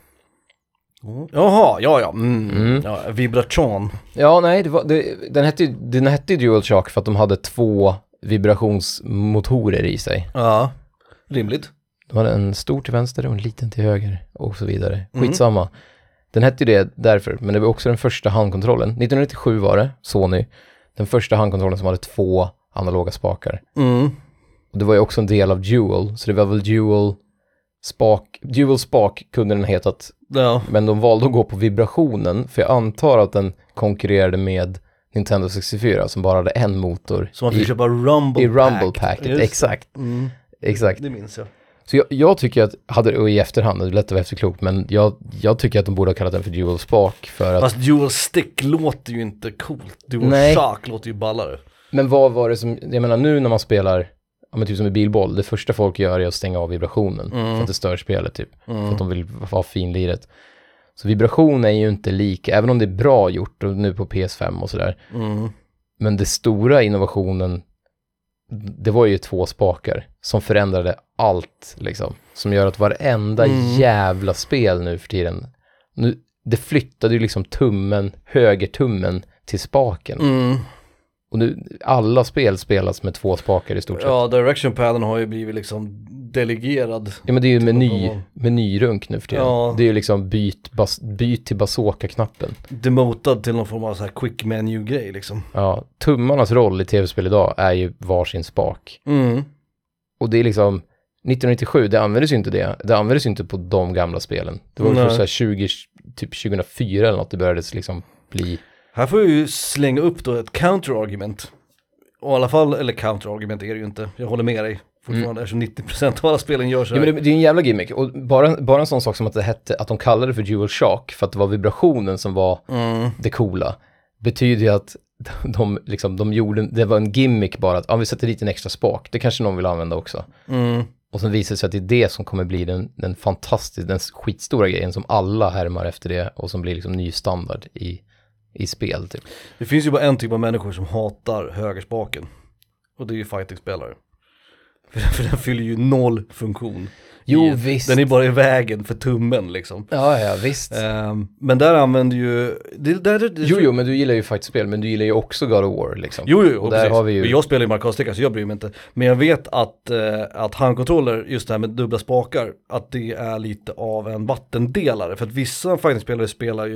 Mm. Jaha, ja ja. Mm. Mm. ja. Vibration. Ja, nej, det var, det, den, hette, den hette Dual Shock för att de hade två vibrationsmotorer i sig. Ja, rimligt. De hade en stor till vänster och en liten till höger och så vidare. Skitsamma. Mm. Den hette ju det därför, men det var också den första handkontrollen. nittonhundranittiosju var det, Sony. Den första handkontrollen som hade två analoga spakar. Mm. Och det var ju också en del av Dual, så det var väl Dual Spak, Dual Spak kunde den hetat. Ja. Men de valde att gå på vibrationen, för jag antar att den konkurrerade med Nintendo sextiofyra som bara hade en motor. Så man fick i, köpa Rumble i Pack. Rumble Packet, exakt. Mm. Exakt. Det minns jag. Så jag, jag tycker att, hade det i efterhand, det är lätt att vara efterklok, men jag, jag tycker att de borde ha kallat den för Dual Spark för att... Fast Dual Stick låter ju inte coolt. Dual Nej. Shock låter ju ballare. Men vad var det som, jag menar nu när man spelar, ja men typ som i bilboll, det första folk gör är att stänga av vibrationen mm. för att det stör spelet typ, mm. för att de vill vara finliret. Så vibration är ju inte lika, även om det är bra gjort och nu på P S fem och sådär. Mm. Men det stora innovationen, det var ju två spakar som förändrade allt liksom. Som gör att varenda mm. jävla spel nu för tiden, nu, det flyttade ju liksom tummen, högertummen till spaken. Mm. Och nu, alla spel spelas med två spakar i stort sett. Ja, direction padden har ju blivit liksom delegerad. Ja, men det är ju meny, menyrunk nu för tiden. Ja. Det är ju liksom byt, bas, byt till bazooka-knappen. Demotad till någon form av så här quick menu-grej liksom. Ja, tummarnas roll i tv-spel idag är ju varsin spak. Mm. Och det är liksom, nittonhundranittiosju, det användes ju inte det. Det användes ju inte på de gamla spelen. Det var ju så här tjugo, typ tjugohundrafyra eller något, det började liksom bli... Här får jag ju slänga upp då ett counter-argument. Och i alla fall, eller counter-argument är det ju inte. Jag håller med dig fortfarande, mm. eftersom nittio procent av alla spelen gör så här. Ja, men det, det är en jävla gimmick. Och bara, bara en sån sak som att det hette, att de kallade det för Dual Shock för att det var vibrationen som var mm. det coola. Betyder ju att de, liksom, de gjorde, det var en gimmick bara att, ja, vi sätter dit en extra spak. Det kanske någon vill använda också. Mm. Och sen visar det sig att det är det som kommer bli den, den fantastiska, den skitstora grejen som alla härmar efter det och som blir liksom ny standard i i spel typ. Det finns ju bara en typ av människor som hatar högerspaken. Och det är ju fighting-spelare. För, för den fyller ju noll funktion. Jo, I, visst. Den är bara i vägen för tummen liksom. Ja, ja, visst. Um, men där använder ju... Det, där, det, jo, jo, men du gillar ju fight-spel, men du gillar ju också God of War liksom. Jo, jo, och där har vi ju... Jag spelar ju markasticka så jag bryr mig inte. Men jag vet att, uh, att handkontroller, just det här med dubbla spakar, att det är lite av en vattendelare. För att vissa fighting-spelare spelar ju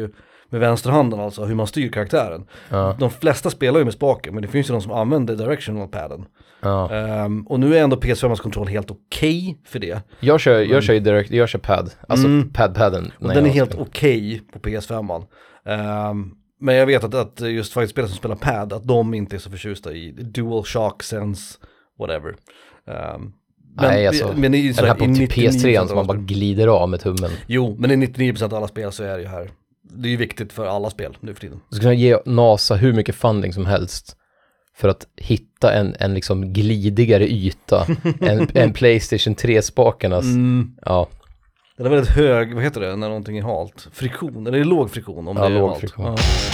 med vänsterhanden, alltså hur man styr karaktären. Ja. De flesta spelar ju med spaken, men det finns ju de som använder directional padden. Ja. Um, och nu är ändå P S fem-ans kontroll helt okej okay för det. Jag kör, jag kör ju direkt, jag kör pad, alltså Mm. pad-padden. Och den är helt okej okay på P S fem-an. Um, men jag vet att, att just faktiskt spelare som spelar pad, att de inte är så förtjusta i dual shock sense, whatever. Um, Men, Nej, alltså, men i, så den här här, på i P S tre som man bara glider av med tummen. Jo, men i nittionio procent av alla spel så är det ju här. Det är ju viktigt för alla spel nu för tiden. Du ska kunna ge NASA hur mycket funding som helst för att hitta en, en liksom glidigare yta än, än PlayStation tre-spakarnas. Mm. Ja. Den är väldigt hög, vad heter det, när någonting är halt? Friktion, eller är det låg friktion om Ja, det är låg halt? friktion. Ja.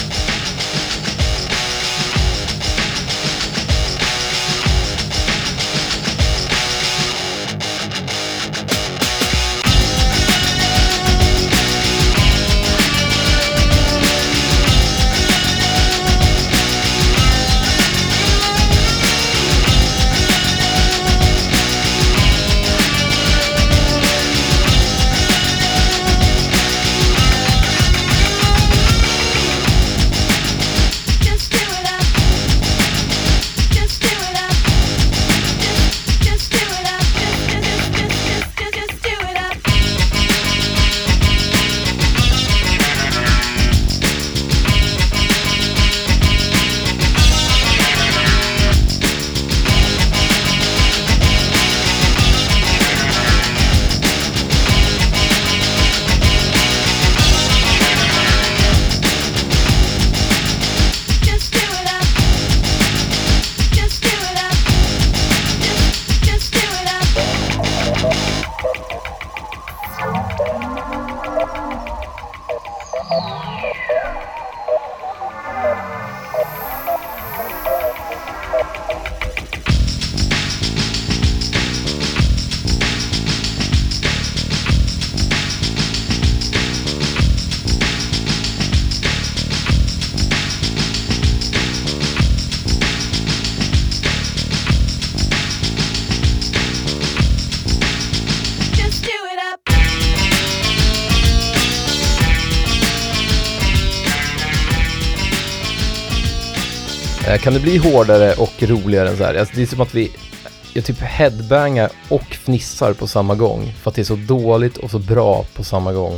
Kan det bli hårdare och roligare än så här? Alltså det är som att vi jag typ headbangar och fnissar på samma gång för att det är så dåligt och så bra på samma gång.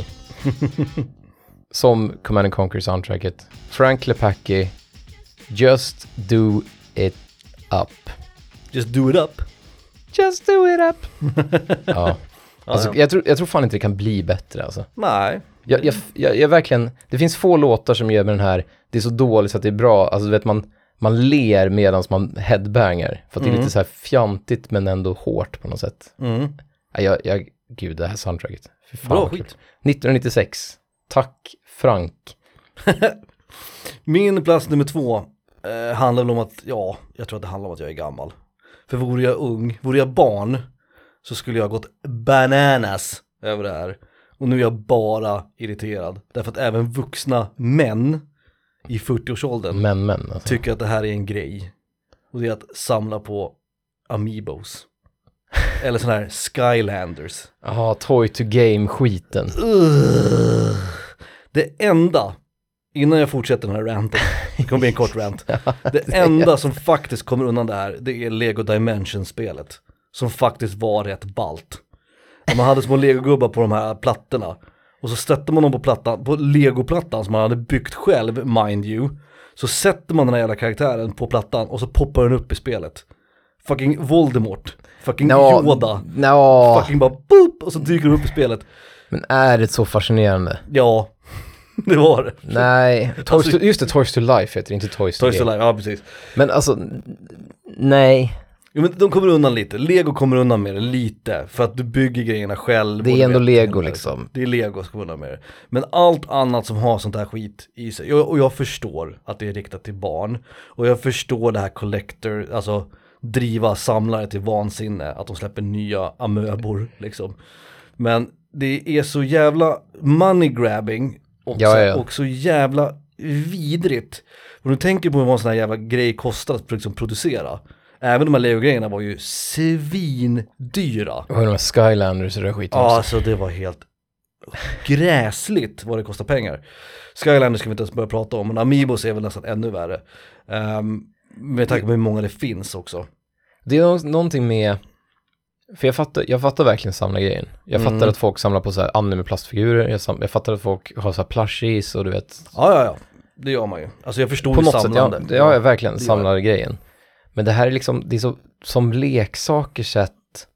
Som Command and Conquer soundtracket. Frank Lepacki, Just Do It Up. Just do it up. Just do it up. Ja. Alltså, Ja, ja. jag, tror, jag tror fan inte det kan bli bättre alltså. Nej. Jag, jag, jag, jag verkligen, det finns få låtar som gör med den här, det är så dåligt så att det är bra. Alltså du vet man, man ler medan man headbangar. För att det är Mm. lite så här fjantigt men ändå hårt på något sätt. Mm. Ja, jag, jag, gud det här soundtracket. Fy fan, Bra vad skit. kul. nittonhundranittiosex. Tack Frank. Min plats nummer två eh, handlar väl om att, ja, jag tror att det handlar om att jag är gammal. För vore jag ung, vore jag barn, så skulle jag ha gått bananas över det här. Och nu är jag bara irriterad. Därför att även vuxna män i fyrtioårsåldern Men men alltså. tycker att det här är en grej. Och det är att samla på Amiibos. Eller sådana här Skylanders. Jaha, toy to game skiten. Ugh. Det enda, innan jag fortsätter den här ranten, det kommer bli en kort rant. Det enda som faktiskt kommer undan det här, det är Lego Dimensions-spelet. Som faktiskt var rätt ballt. Man hade små legogubbar på de här plattorna. Och så sätter man dem på plattan, på legoplattan som man hade byggt själv, mind you. Så sätter man den här jävla karaktären på plattan och så poppar den upp i spelet. Fucking Voldemort. Fucking Nå, Yoda. nå. Fucking bara boop, och så dyker de upp i spelet. Men är det så fascinerande? Ja, det var det. Nej, Toys Alltså- to, just det, Toys to Life heter det, inte Toys to Toys to Game. Life, ja precis. Men alltså, n- nej. Jo, men de kommer undan lite, Lego kommer undan med det lite. För att du bygger grejerna själv. Det är och du ändå vet Lego vad det är. liksom. Det är Lego som kommer undan med det. Men allt annat som har sånt här skit i sig. Jag, och jag förstår att det är riktat till barn. Och jag förstår det här collector, alltså driva samlare till vansinne. Att de släpper nya amöbor liksom. Men det är så jävla money grabbing. Och, Ja, så, ja, ja. och så jävla vidrigt. Och du tänker på vad en sån här jävla grej kostar att liksom producera. Även de här Lego-grejerna var ju svindyra. Och de här Skylanders och det där skiten Ja, också. alltså det var helt gräsligt vad det kostar pengar. Skylanders ska vi inte ens börja prata om, men Amiibos är väl nästan ännu värre. Um, med tanke på hur många det finns också. Det är nå- någonting med, för jag fattar, jag fattar verkligen samla grejen. Jag fattar Mm. att folk samlar på så här anime-plastfigurer, jag, sam- jag fattar att folk har så här plushies och du vet. Ja, ja, ja. Det gör man ju. Alltså jag förstår På ju något sätt, samlande. ja, det har jag verkligen det gör samlar grejen. Men det här är liksom, det är så, som leksaker sett.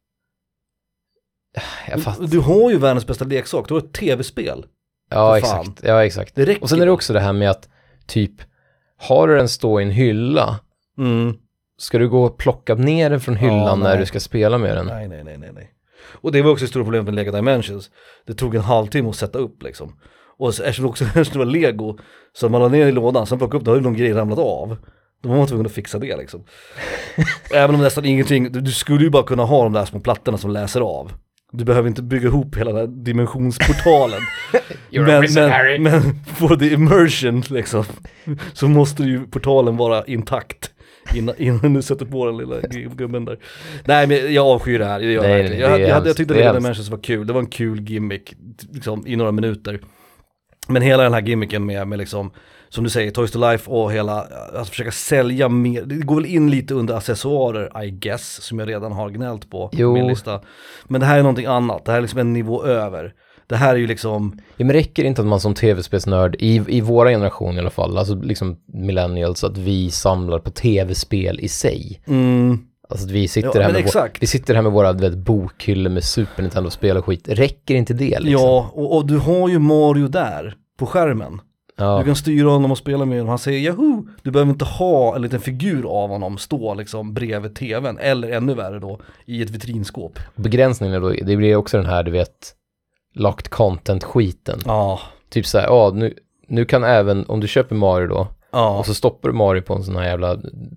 Jag fattar. Du, du har ju världens bästa leksak, du har ett tv-spel. Ja, för fan. exakt. Ja, exakt. Det räcker. Och sen är det också det här med att typ, har du den stå i en hylla, Mm. ska du gå och plocka ner den från hyllan Ja, när nej. du ska spela med den? Nej, nej, nej, nej, nej. Och det var också ett stort problem med Lego Dimensions. Det tog en halvtimme att sätta upp liksom. Och så, eftersom det också eftersom det var Lego, så man la ner i lådan, sen plockade upp, då hade någon grej ramlat av. Då var man tvungen att fixa det liksom. Även om nästan ingenting, du, du skulle ju bara kunna ha de där små plattorna som läser av. Du behöver inte bygga ihop hela den här dimensionsportalen. You're a wizard, Harry. men, men för the immersion liksom, så måste ju portalen vara intakt. Innan, innan du sätter på den lilla gubben där. Nej, men jag avskyr det här. Det gör Nej, jag, nej, jag, det är jag, jag, hemskt. jag tyckte Det är Lego hemskt. Dimensions var kul. Det var en kul gimmick liksom, i några minuter. Men hela den här gimmicken med, med liksom, som du säger, Toys to Life och hela, alltså försöka sälja mer, det går väl in lite under accessoarer, I guess, som jag redan har gnällt på Jo. på min lista. Men det här är någonting annat, det här är liksom en nivå över. Det här är ju liksom... Ja, men räcker inte att man som tv-spelsnörd, i, i våra generation i alla fall, alltså liksom millennials, att vi samlar på tv-spel i sig. Mm, Alltså att vi sitter, Ja, här, men med vår, exakt. vi sitter här med våra du vet, bokhyllor med Super Nintendo-spel och skit. Räcker inte det liksom? ja, och, och du har ju Mario där på skärmen. Ja. Du kan styra honom och spela med honom. Han säger Yahoo! Du behöver inte ha en liten figur av honom stå liksom bredvid tvn. Eller ännu värre då, i ett vitrinskåp. Begränsningen då, det blir också den här, du vet, locked content-skiten. Ja. Typ så här, ja, nu, nu kan även, om du köper Mario då, Ja. och så stoppar du Mario på en sån här jävla eh,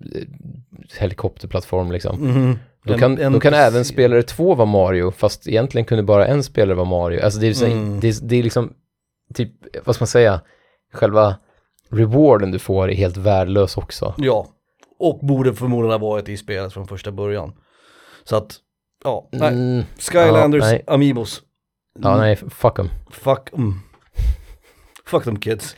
helikopterplattform liksom. Mm. Då En- kan, en då kan P C. även spelare två vara Mario, fast egentligen kunde bara en spelare vara Mario. Alltså det är, så, Mm. det, är, det är liksom, typ, vad ska man säga, själva rewarden du får är helt värdelös också. Ja. Och borde förmodligen ha varit i spelet från första början. Så att, ja. Nej. Mm, Skylanders, ja, nej. Amiibos. ja, nej, fuck them. Fuck, mm. Fuck them kids.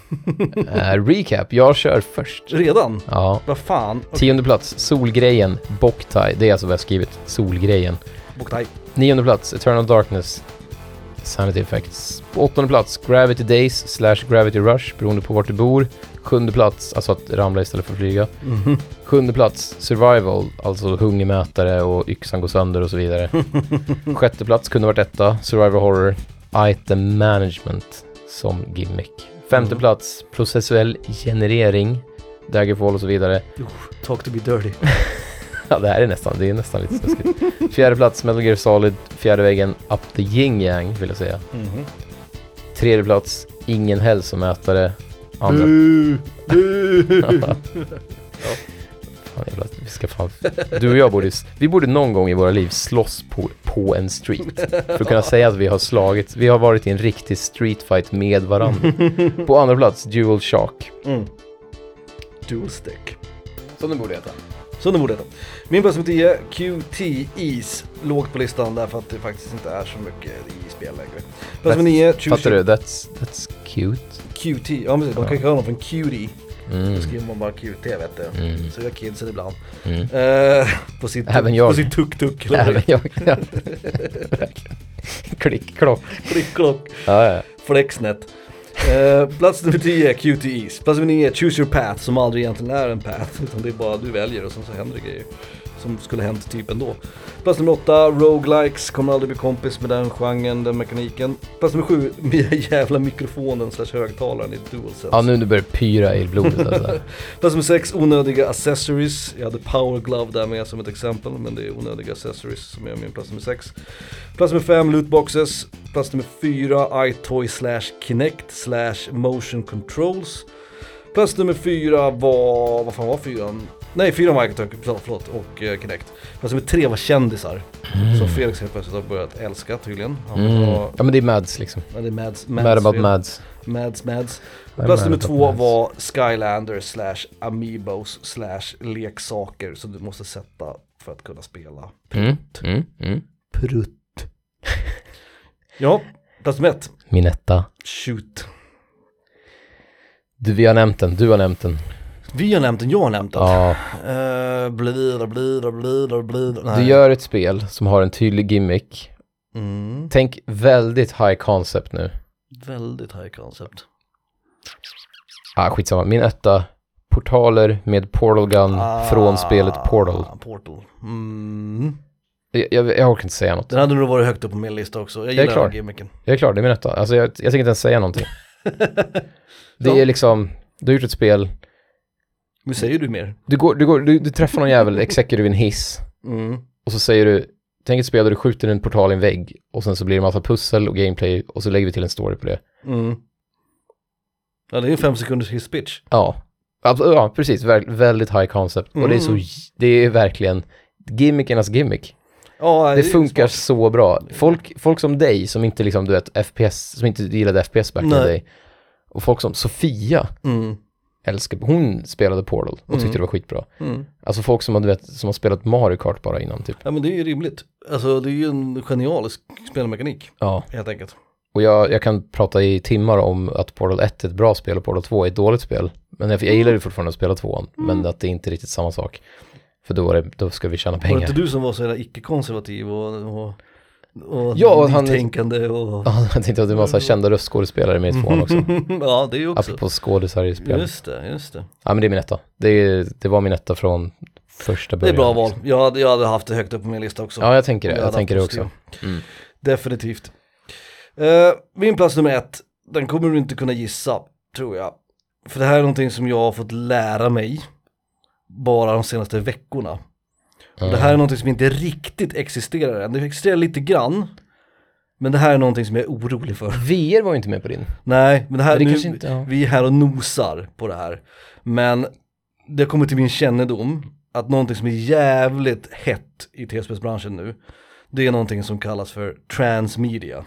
Uh, recap, jag kör först. Redan? Ja. Vad fan? Tionde plats, Solgrejen, Boktai, det är alltså vad jag har skrivit, Solgrejen. Boktai. Nionde plats, Eternal Darkness, Sanity Effects. På åttonde plats, Gravity Days slash Gravity Rush, beroende på vart du bor. Sjunde plats, alltså att ramla istället för att flyga. Mhm. Sjunde plats, Survival, alltså hungermätare och yxan går sönder och så vidare. Sjätte plats kunde varit etta, Survival Horror, Item Management som gimmick. Femte Mm. plats, processuell generering, Daggerfall och så vidare. Talk to be dirty. Ja, det här är nästan, det är nästan lite snuskigt. Fjärde plats, Metal Gear Solid, fjärde väggen, Up the Yin Yang vill jag säga. Mhm. Tredje plats, ingen hälsomätare. Andra... Bu, bu. Fan, jävla, vi ska fan... Du och jag borde, vi borde någon gång i våra liv slåss på, på en street. För att kunna säga att vi har slagit, vi har varit i en riktig streetfight med varandra. På andra plats, Dual Shock. Mm. Dual stick. Som den borde heta. Så det borde heta. Min plats med tio, Q T Ease. Lågt på listan därför att det faktiskt inte är så mycket i spel längre. Plats med nio, Fattar du? That's, that's cute. Q T, ja men man kan ju kalla honom för en cutie. Mm. Då skriver man bara Q T vet du. Mm. Så jag kidsen ibland. Mm. Eh, på sitt Även jag. På sitt tuk-tuk. eller Även vad jag. Ja. Klick, klock. det är. Klick-klock. Ja, ja. Flexnet. Eh, plats nummer tio, Q T Ease. Plats nummer nio, Choose Your Path, som aldrig egentligen är en path, utan det är bara du väljer och sen så händer det grejer som skulle hänt typ ändå. Plats nummer åtta, Roguelikes, kommer aldrig bli kompis med den genren, den mekaniken. Plats nummer sju, med jävla mikrofonen slash högtalaren i DualSense. Ja, nu du börjar pyra i blodet alltså. Plats nummer sex, onödiga accessories. Jag hade Power Glove där med som ett exempel, men det är onödiga accessories som är min plats nummer sex. Plats nummer fem, lootboxes. Plats nummer fyra, iToy slash Kinect slash Motion Controls. Plats nummer fyra var, vad fan var fyran? Nej, fyra var iToy, förlåt, och uh, Kinect. Plats nummer tre var kändisar, Mm. som Felix helt plötsligt har börjat älska tydligen. Han Mm. var, Ja, men det är Mads liksom. ja, det är Mads, Mad about fel. Mads. Mads, Mads. I'm Plats mad nummer about två Mads. var Skylanders slash Amiibos slash leksaker som du måste sätta för att kunna spela. Mm. Mm. Mm. Prutt. Ja, Plats nummer ett. Min etta. Shoot. Du, vi har nämnt den, du har nämnt den. Vi har nämnt den, jag har nämnt den. Ja. Uh, blida, blida, blida, blida. Du gör ett spel som har en tydlig gimmick. Mm. Tänk väldigt high concept nu. Väldigt high concept. Ah, skitsamma. Min etta, portaler med Portal Gun ah, från spelet Portal. Portal. Mm. Jag, jag, jag orkar inte säga något. Den hade nog varit högt upp på min lista också. Jag gillar jag är klar. den gimmicken. Jag är klar, det är min etta. Alltså jag, jag tänker inte ens säga någonting. Det är liksom, du har gjort ett spel. Men säger du mer? Du, går, du, går, du, du träffar någon jävel, executive i en hiss. Mm. Och så säger du, tänk ett spel där du skjuter en portal i en vägg. Och sen så blir det en massa pussel och gameplay. Och så lägger vi till en story på det. Mm. Ja, det är en fem sekunders hisspitch. Ja, alltså, ja precis. Vä- väldigt high concept. Mm. Och det är så, det är verkligen gimmickernas gimmick. Ja, det, det funkar så bra. Folk, folk som dig, som inte liksom, du vet, F P S, som inte gillade F P S back in the day. Och folk som Sofia mm. älskar, hon spelade Portal och tyckte mm. det var skitbra. Mm. Alltså folk som, du vet, som har spelat Mario Kart bara innan typ. Ja, men det är ju rimligt. Alltså det är ju en genialisk spelmekanik. Ja. Helt enkelt. Och jag, jag kan prata i timmar om att Portal ett är ett bra spel och Portal två är ett dåligt spel. Men jag, jag gillar ju fortfarande att spela tvåan. Mm. Men att det är inte riktigt samma sak. För då, är det, då ska vi tjäna pengar. Var det inte du som var så jävla icke-konservativ och, och, och ja, och han tänkande och... Ja, jag tänkte att det var så här kända röstskådespelare med i tvåan också. Ja, det är ju också. Apropå skådespelare i spel. Just det, just det. Ja, men det är min etta. Det, det var min etta från första början. Det är bra val. Jag hade, jag hade haft det högt upp på min lista också. Ja, jag tänker det. Jag, jag tänker det också. Mm. Definitivt. Uh, min plats nummer ett, den kommer du inte kunna gissa, tror jag. För det här är någonting som jag har fått lära mig bara de senaste veckorna. Mm. Och det här är någonting som inte riktigt existerar än. Det existerar lite grann. Men det här är någonting som jag är orolig för. V R var ju inte med på din. Nej, men det här, men det nu, inte, ja. vi är här och nosar på det här. Men det kommer till min kännedom att någonting som är jävligt hett i tv-spelsbranschen nu, det är någonting som kallas för transmedia.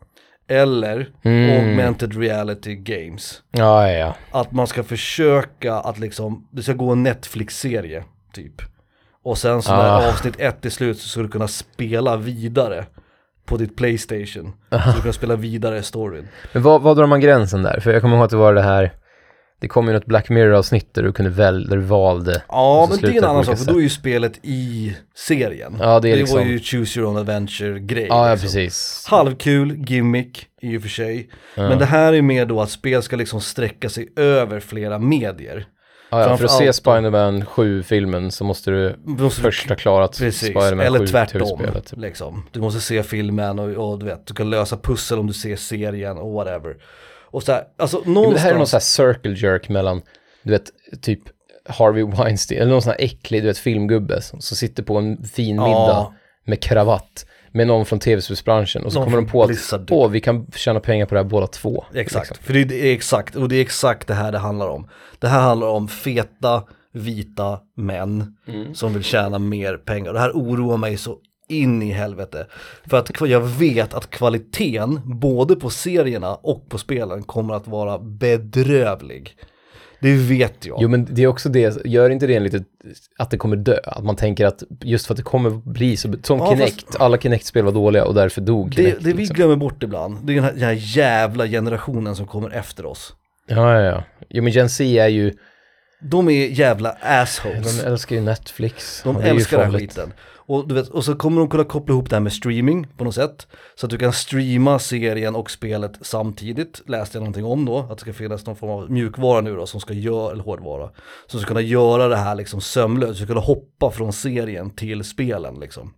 Eller mm. augmented reality games. Ja, ja, ja. Att man ska försöka att liksom, det ska gå en Netflix-serie typ. Och sen så när ah. avsnitt ett är slut så ska du kunna spela vidare på ditt PlayStation. Så du kan spela vidare storyn. Men vad, vad drar man gränsen där? För jag kommer ihåg att det var det här, det kom ju något Black Mirror-avsnitt där du kunde väl, där du valde. Ja, men det är en annan sak, för då är ju spelet i serien. Ja, det är det liksom... var ju choose your own adventure-grej. Ja, ja liksom. Precis. Halvkul, gimmick i och för sig. Ja. Men det här är mer då att spel ska liksom sträcka sig över flera medier. Ja, ja, för att se Spider-Man sju-filmen så måste du måste först ha klarat Spider-Man eller sju tvärtom, tv-spelet. Typ. Liksom. Du måste se filmen och, och du vet, du kan lösa pussel om du ser serien och whatever. Och så här, alltså någonstans... Men det här är någon så här circle jerk mellan, du vet, typ Harvey Weinstein, eller någon sån här äcklig, du vet, filmgubbe som, som sitter på en fin middag ja. med kravatt med någon från tv-spelsbranschen och så någon kommer de på att åh, vi kan tjäna pengar på det här båda två. Exakt, liksom. För det är exakt, och det är exakt det här det handlar om. Det här handlar om feta, vita män mm. som vill tjäna mer pengar. Det här oroar mig så in i helvete. För att jag vet att kvaliteten både på serierna och på spelen kommer att vara bedrövlig. Det vet jag. Jo, men det är också det, gör inte det en lite att det kommer dö? Att man tänker att just för att det kommer bli så, som ja, Kinect, fast, alla Kinect-spel var dåliga och därför dog Kinect. Det, det vi liksom. glömmer bort ibland, det är den här, den här jävla generationen som kommer efter oss. Ja, ja, ja. Jo, men Gen Z är ju... De är jävla assholes. De älskar ju Netflix. De älskar den här skiten. Och, du vet, och så kommer de kunna koppla ihop det här med streaming på något sätt. Så att du kan streama serien och spelet samtidigt. Läste jag någonting om då. Att det ska finnas någon form av mjukvara nu då som ska göra, eller hårdvara. Som ska kunna göra det här liksom sömlöst. Så kunna hoppa från serien till spelen liksom.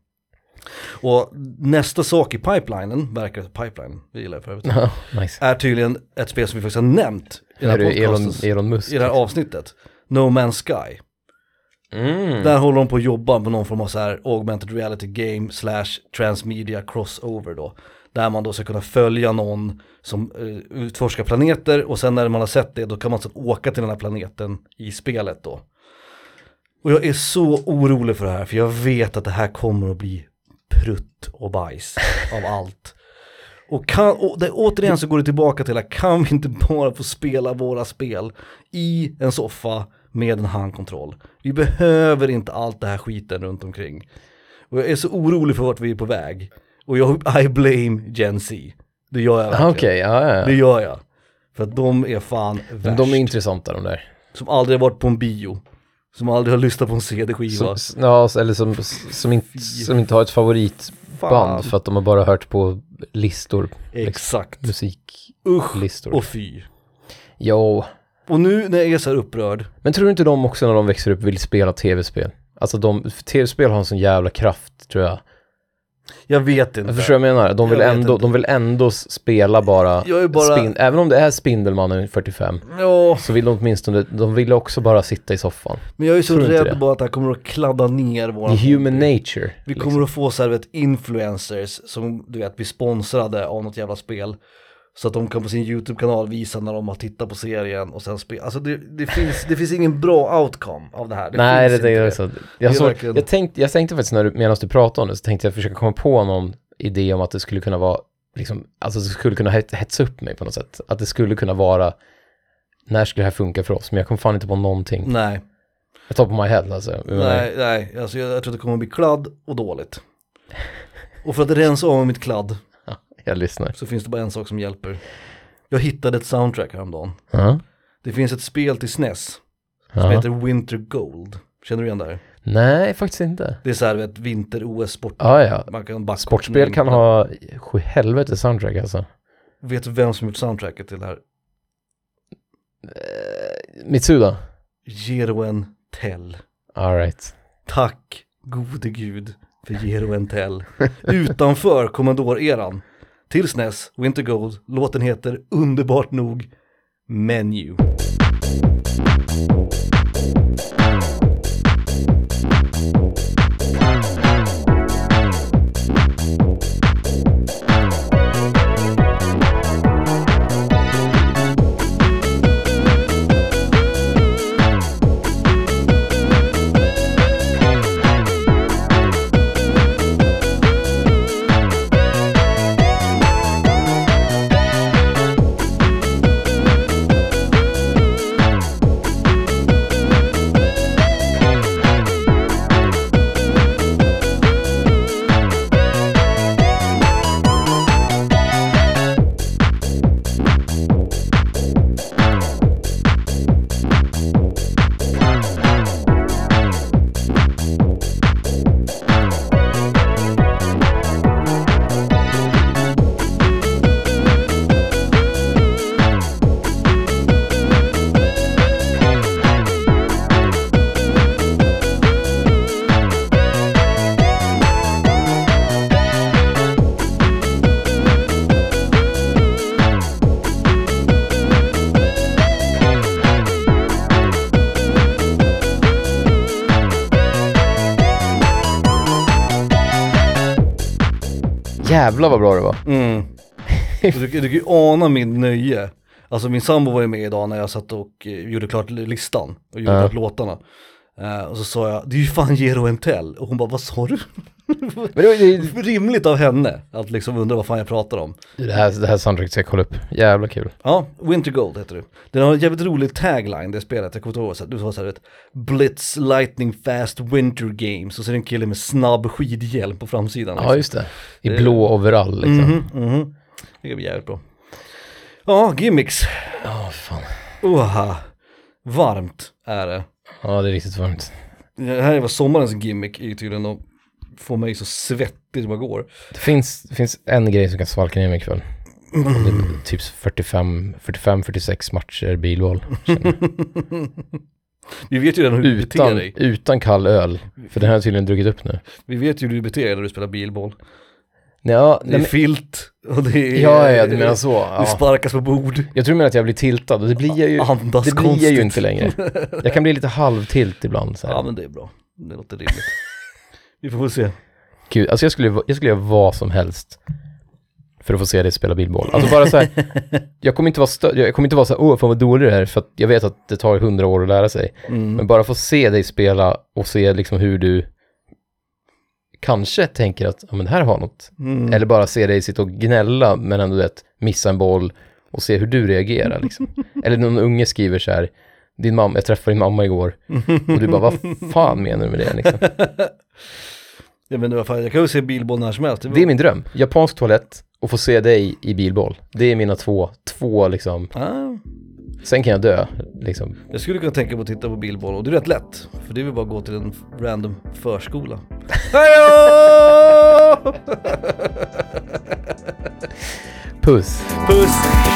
Och nästa sak i pipelinen, verkar pipeline, vi gillar för övrigt, oh, nice. är tydligen ett spel som vi faktiskt har nämnt i, är det Elon, Elon Musk, i det här avsnittet. No Man's Sky. Mm. Där håller de på att jobba med någon form av så här augmented reality game slash transmedia crossover då. Där man då ska kunna följa någon som uh, utforskar planeter och sen när man har sett det då kan man så åka till den här planeten i spelet då. Och jag är så orolig för det här för jag vet att det här kommer att bli prutt och bajs av allt. Och, kan, och det, återigen så går det tillbaka till att kan vi inte bara få spela våra spel i en soffa med en handkontroll. Vi behöver inte allt det här skiten runt omkring. Och jag är så orolig för vart vi är på väg. Och jag, I blame Gen Z. Det gör jag verkligen. Okej, okay, ja, ja. Det gör jag. För att de är fan värst. Men de är intressanta de där. Som aldrig har varit på en bio. Som aldrig har lyssnat på en C D-skiva. Som, ja, eller som, som, inte, som inte har ett favoritband fan. För att de har bara hört på listor. Exakt. Musiklistor. Usch och fy. Jo. Och nu när jag är så här upprörd. Men tror du inte de också när de växer upp vill spela tv-spel? Alltså de, tv-spel har en sån jävla kraft, tror jag. Jag vet inte. Jag förstår vad jag menar. De vill, jag ändå, de vill ändå spela bara, jag är bara... Spin, även om det är Spindelmannen fyrtiofem, ja. Så vill de åtminstone, de vill också bara sitta i soffan. Men jag är så rädd bara att det här kommer att kladda ner våran human nature. Vi kommer liksom att få så här, vet, influencers som du vet blir sponsrade av något jävla spel. Så att de kan på sin YouTube-kanal visa när de har tittat på serien och sen spela. Alltså det, det, finns, det finns ingen bra outcome av det här. Det Nej, finns det, inte det är det. så. Jag, det så, verkligen... jag, tänkte, jag tänkte faktiskt när du, medan du pratade om det, så tänkte jag försöka komma på någon idé om att det skulle kunna vara liksom, alltså det skulle kunna hetsa upp mig på något sätt. Att det skulle kunna vara, när skulle det här funka för oss? Men jag kom fan inte på någonting. Nej. Jag tar på my head alltså. Nej, nej. Alltså jag, jag tror att det kommer att bli kladd och dåligt. Och för att rensa av mitt kladd jag lyssnar. Så finns det bara en sak som hjälper. Jag hittade ett soundtrack häromdagen. Uh-huh. Det finns ett spel till S N E S som uh-huh. heter Winter Gold. Känner du igen det här? Nej, faktiskt inte. Det är så här ett vinter-O S-sport. Ah, ja. Man kan backa Sportspel kan ha sju helvete soundtrack alltså. Vet du vem som gjort soundtracket till det här? Uh, Mitsuda. Jeroen Tell. All right. Tack gode gud för Jeroen Tell. Utanför Commodore-eran. Till S N E S, Winter Gold. Låten heter underbart nog Menu. Jävlar vad bra det var. Mm. Du, du kan ju ana min nöje. Alltså min sambo var ju med idag när jag satt och uh, gjorde klart listan och gjorde uh. klart låtarna. Uh, och så sa jag, det är ju fan Jeroen Tell. Och hon bara, vad sa du? Men det var rimligt av henne att liksom undra vad fan jag pratar om. Det här, det här soundtracket ska jag kolla upp. Jävla kul. Ja, Winter Gold heter det. Den har en jävligt rolig tagline, det spelet. Jag kommer inte ihåg, du sa såhär, Blitz Lightning Fast Winter Games. Och så är det en kille med snabb skidhjälm på framsidan. Liksom. Ja, just det. I det... blå overall liksom. Mhm, mhm. Det är jävligt bra. Ja, gimmicks. Ja, oh, fan. Oha. Varmt är det. Ja, det är riktigt varmt. Det här var sommarens gimmick är ju tydligen att få mig så svettig som jag går. Det finns, det finns en grej som kan svalka ner mig ikväll. Mm. Det är typ fyrtiofem fyrtiosex matcher bilboll. Vi vet ju redan hur du utan, beter dig. Utan kall öl. För den har jag tydligen druckit upp nu. Vi vet ju hur du beter dig när du spelar bilboll. Ja, det är men... filt och det är... Ja, ja, du menar så. Ja. Det sparkas på bord. Jag tror mer att jag blir tiltad och det blir jag ju, Andas det blir jag ju inte längre. Jag kan bli lite halvtilt ibland. Så här. Ja, men det är bra. Det låter rimligt. Vi får se. Gud, alltså jag skulle, jag skulle göra vad som helst för att få se dig spela bilboll. Alltså bara så här, jag kommer inte vara stö- jag kommer inte vara så här, åh fan vad dålig det här, för att jag vet att det tar hundra år att lära sig. Mm. Men bara få se dig spela och se liksom hur du kanske tänker att ja, men här har något. Mm. Eller bara se dig sitta och gnälla men ändå vet, missa en boll och se hur du reagerar liksom. Eller någon unge skriver så här, din mamma, jag träffade din mamma igår och du bara, vad fan menar du med det liksom? Ja, men jag kan ju se bilboll när som helst. Det är min dröm. Japansk toalett och få se dig i bilboll. Det är mina två, två liksom. Ah. Sen kan jag dö, liksom. Jag skulle kunna tänka på att titta på bilboll, och det är rätt lätt. För det är väl bara att gå till en random förskola. Puss! Puss!